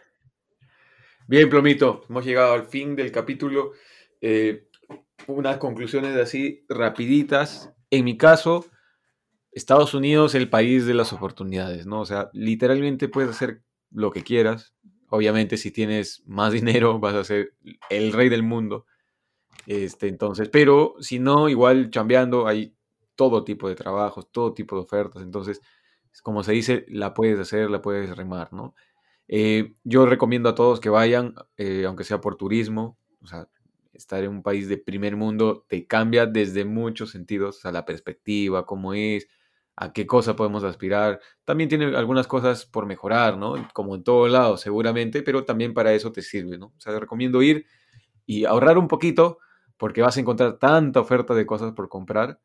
Bien, Plomito. Hemos llegado al fin del capítulo. Eh, unas conclusiones así rapiditas. En mi caso, Estados Unidos es el país de las oportunidades, ¿no? O sea, literalmente puedes hacer lo que quieras. Obviamente, si tienes más dinero, vas a ser el rey del mundo. Este, entonces, pero si no, igual chambeando, hay todo tipo de trabajos, todo tipo de ofertas. Entonces, como se dice, la puedes hacer, la puedes remar, ¿no? Eh, yo recomiendo a todos que vayan, eh, aunque sea por turismo. O sea, estar en un país de primer mundo te cambia desde muchos sentidos, o sea, la perspectiva, cómo es, a qué cosa podemos aspirar. También tiene algunas cosas por mejorar, ¿no? Como en todo lado, seguramente, pero también para eso te sirve, ¿no? O sea, te recomiendo ir y ahorrar un poquito porque vas a encontrar tanta oferta de cosas por comprar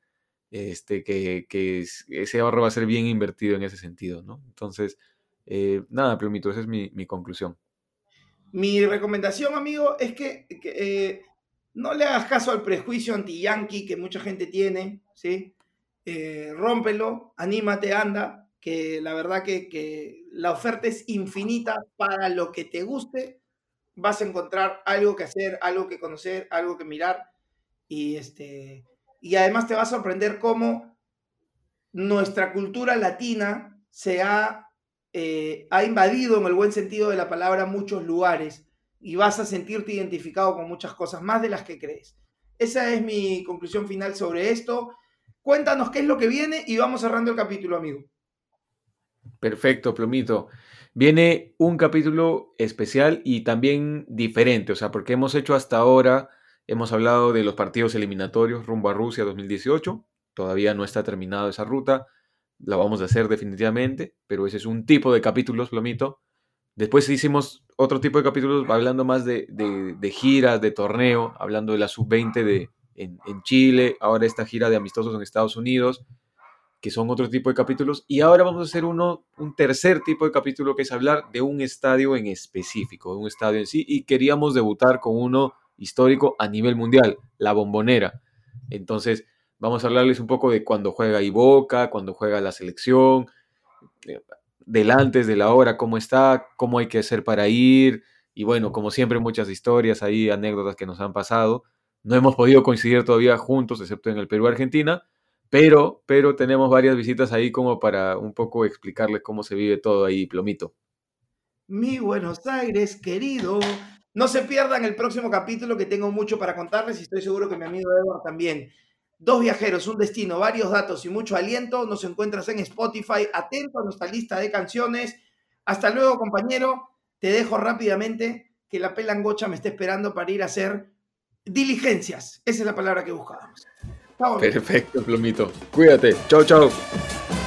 este, que, que es- ese ahorro va a ser bien invertido en ese sentido, ¿no? Entonces, eh, nada, Plumito, esa es mi, mi conclusión. Mi recomendación, amigo, es que, que, eh, no le hagas caso al prejuicio anti-yankee que mucha gente tiene, ¿sí? Eh, rómpelo, anímate, anda, que la verdad que, que la oferta es infinita para lo que te guste. Vas a encontrar algo que hacer, algo que conocer, algo que mirar y, este, y además te va a sorprender cómo nuestra cultura latina se ha, eh, ha invadido en el buen sentido de la palabra muchos lugares y vas a sentirte identificado con muchas cosas, más de las que crees. Esa es mi conclusión final sobre esto. Cuéntanos qué es lo que viene y vamos cerrando el capítulo, amigo. Perfecto, Plumito. Viene un capítulo especial y también diferente, o sea, porque hemos hecho hasta ahora, hemos hablado de los partidos eliminatorios rumbo a Rusia dos mil dieciocho, todavía no está terminada esa ruta, la vamos a hacer definitivamente, pero ese es un tipo de capítulos, Plumito. Después hicimos otro tipo de capítulos hablando más de, de, de giras, de torneo, hablando de la sub veinte de, en, en Chile, ahora esta gira de amistosos en Estados Unidos, que son otro tipo de capítulos, y ahora vamos a hacer uno, un tercer tipo de capítulo que es hablar de un estadio en específico, de un estadio en sí, y queríamos debutar con uno histórico a nivel mundial, la Bombonera. Entonces, vamos a hablarles un poco de cuando juega Boca, cuando juega la selección, del antes, de la hora, cómo está, cómo hay que hacer para ir, y bueno, como siempre, muchas historias ahí, anécdotas que nos han pasado. No hemos podido coincidir todavía juntos, excepto en el Perú-Argentina, pero, pero tenemos varias visitas ahí como para un poco explicarles cómo se vive todo ahí, Plomito. Mi Buenos Aires, querido. No se pierdan el próximo capítulo que tengo mucho para contarles y estoy seguro que mi amigo Edward también. Dos viajeros, un destino, varios datos y mucho aliento. Nos encuentras en Spotify. Atento a nuestra lista de canciones. Hasta luego, compañero. Te dejo rápidamente que la pelangocha me está esperando para ir a hacer diligencias. Esa es la palabra que buscábamos. Chao, amigo. Perfecto, Plomito. Cuídate. Chau, chau.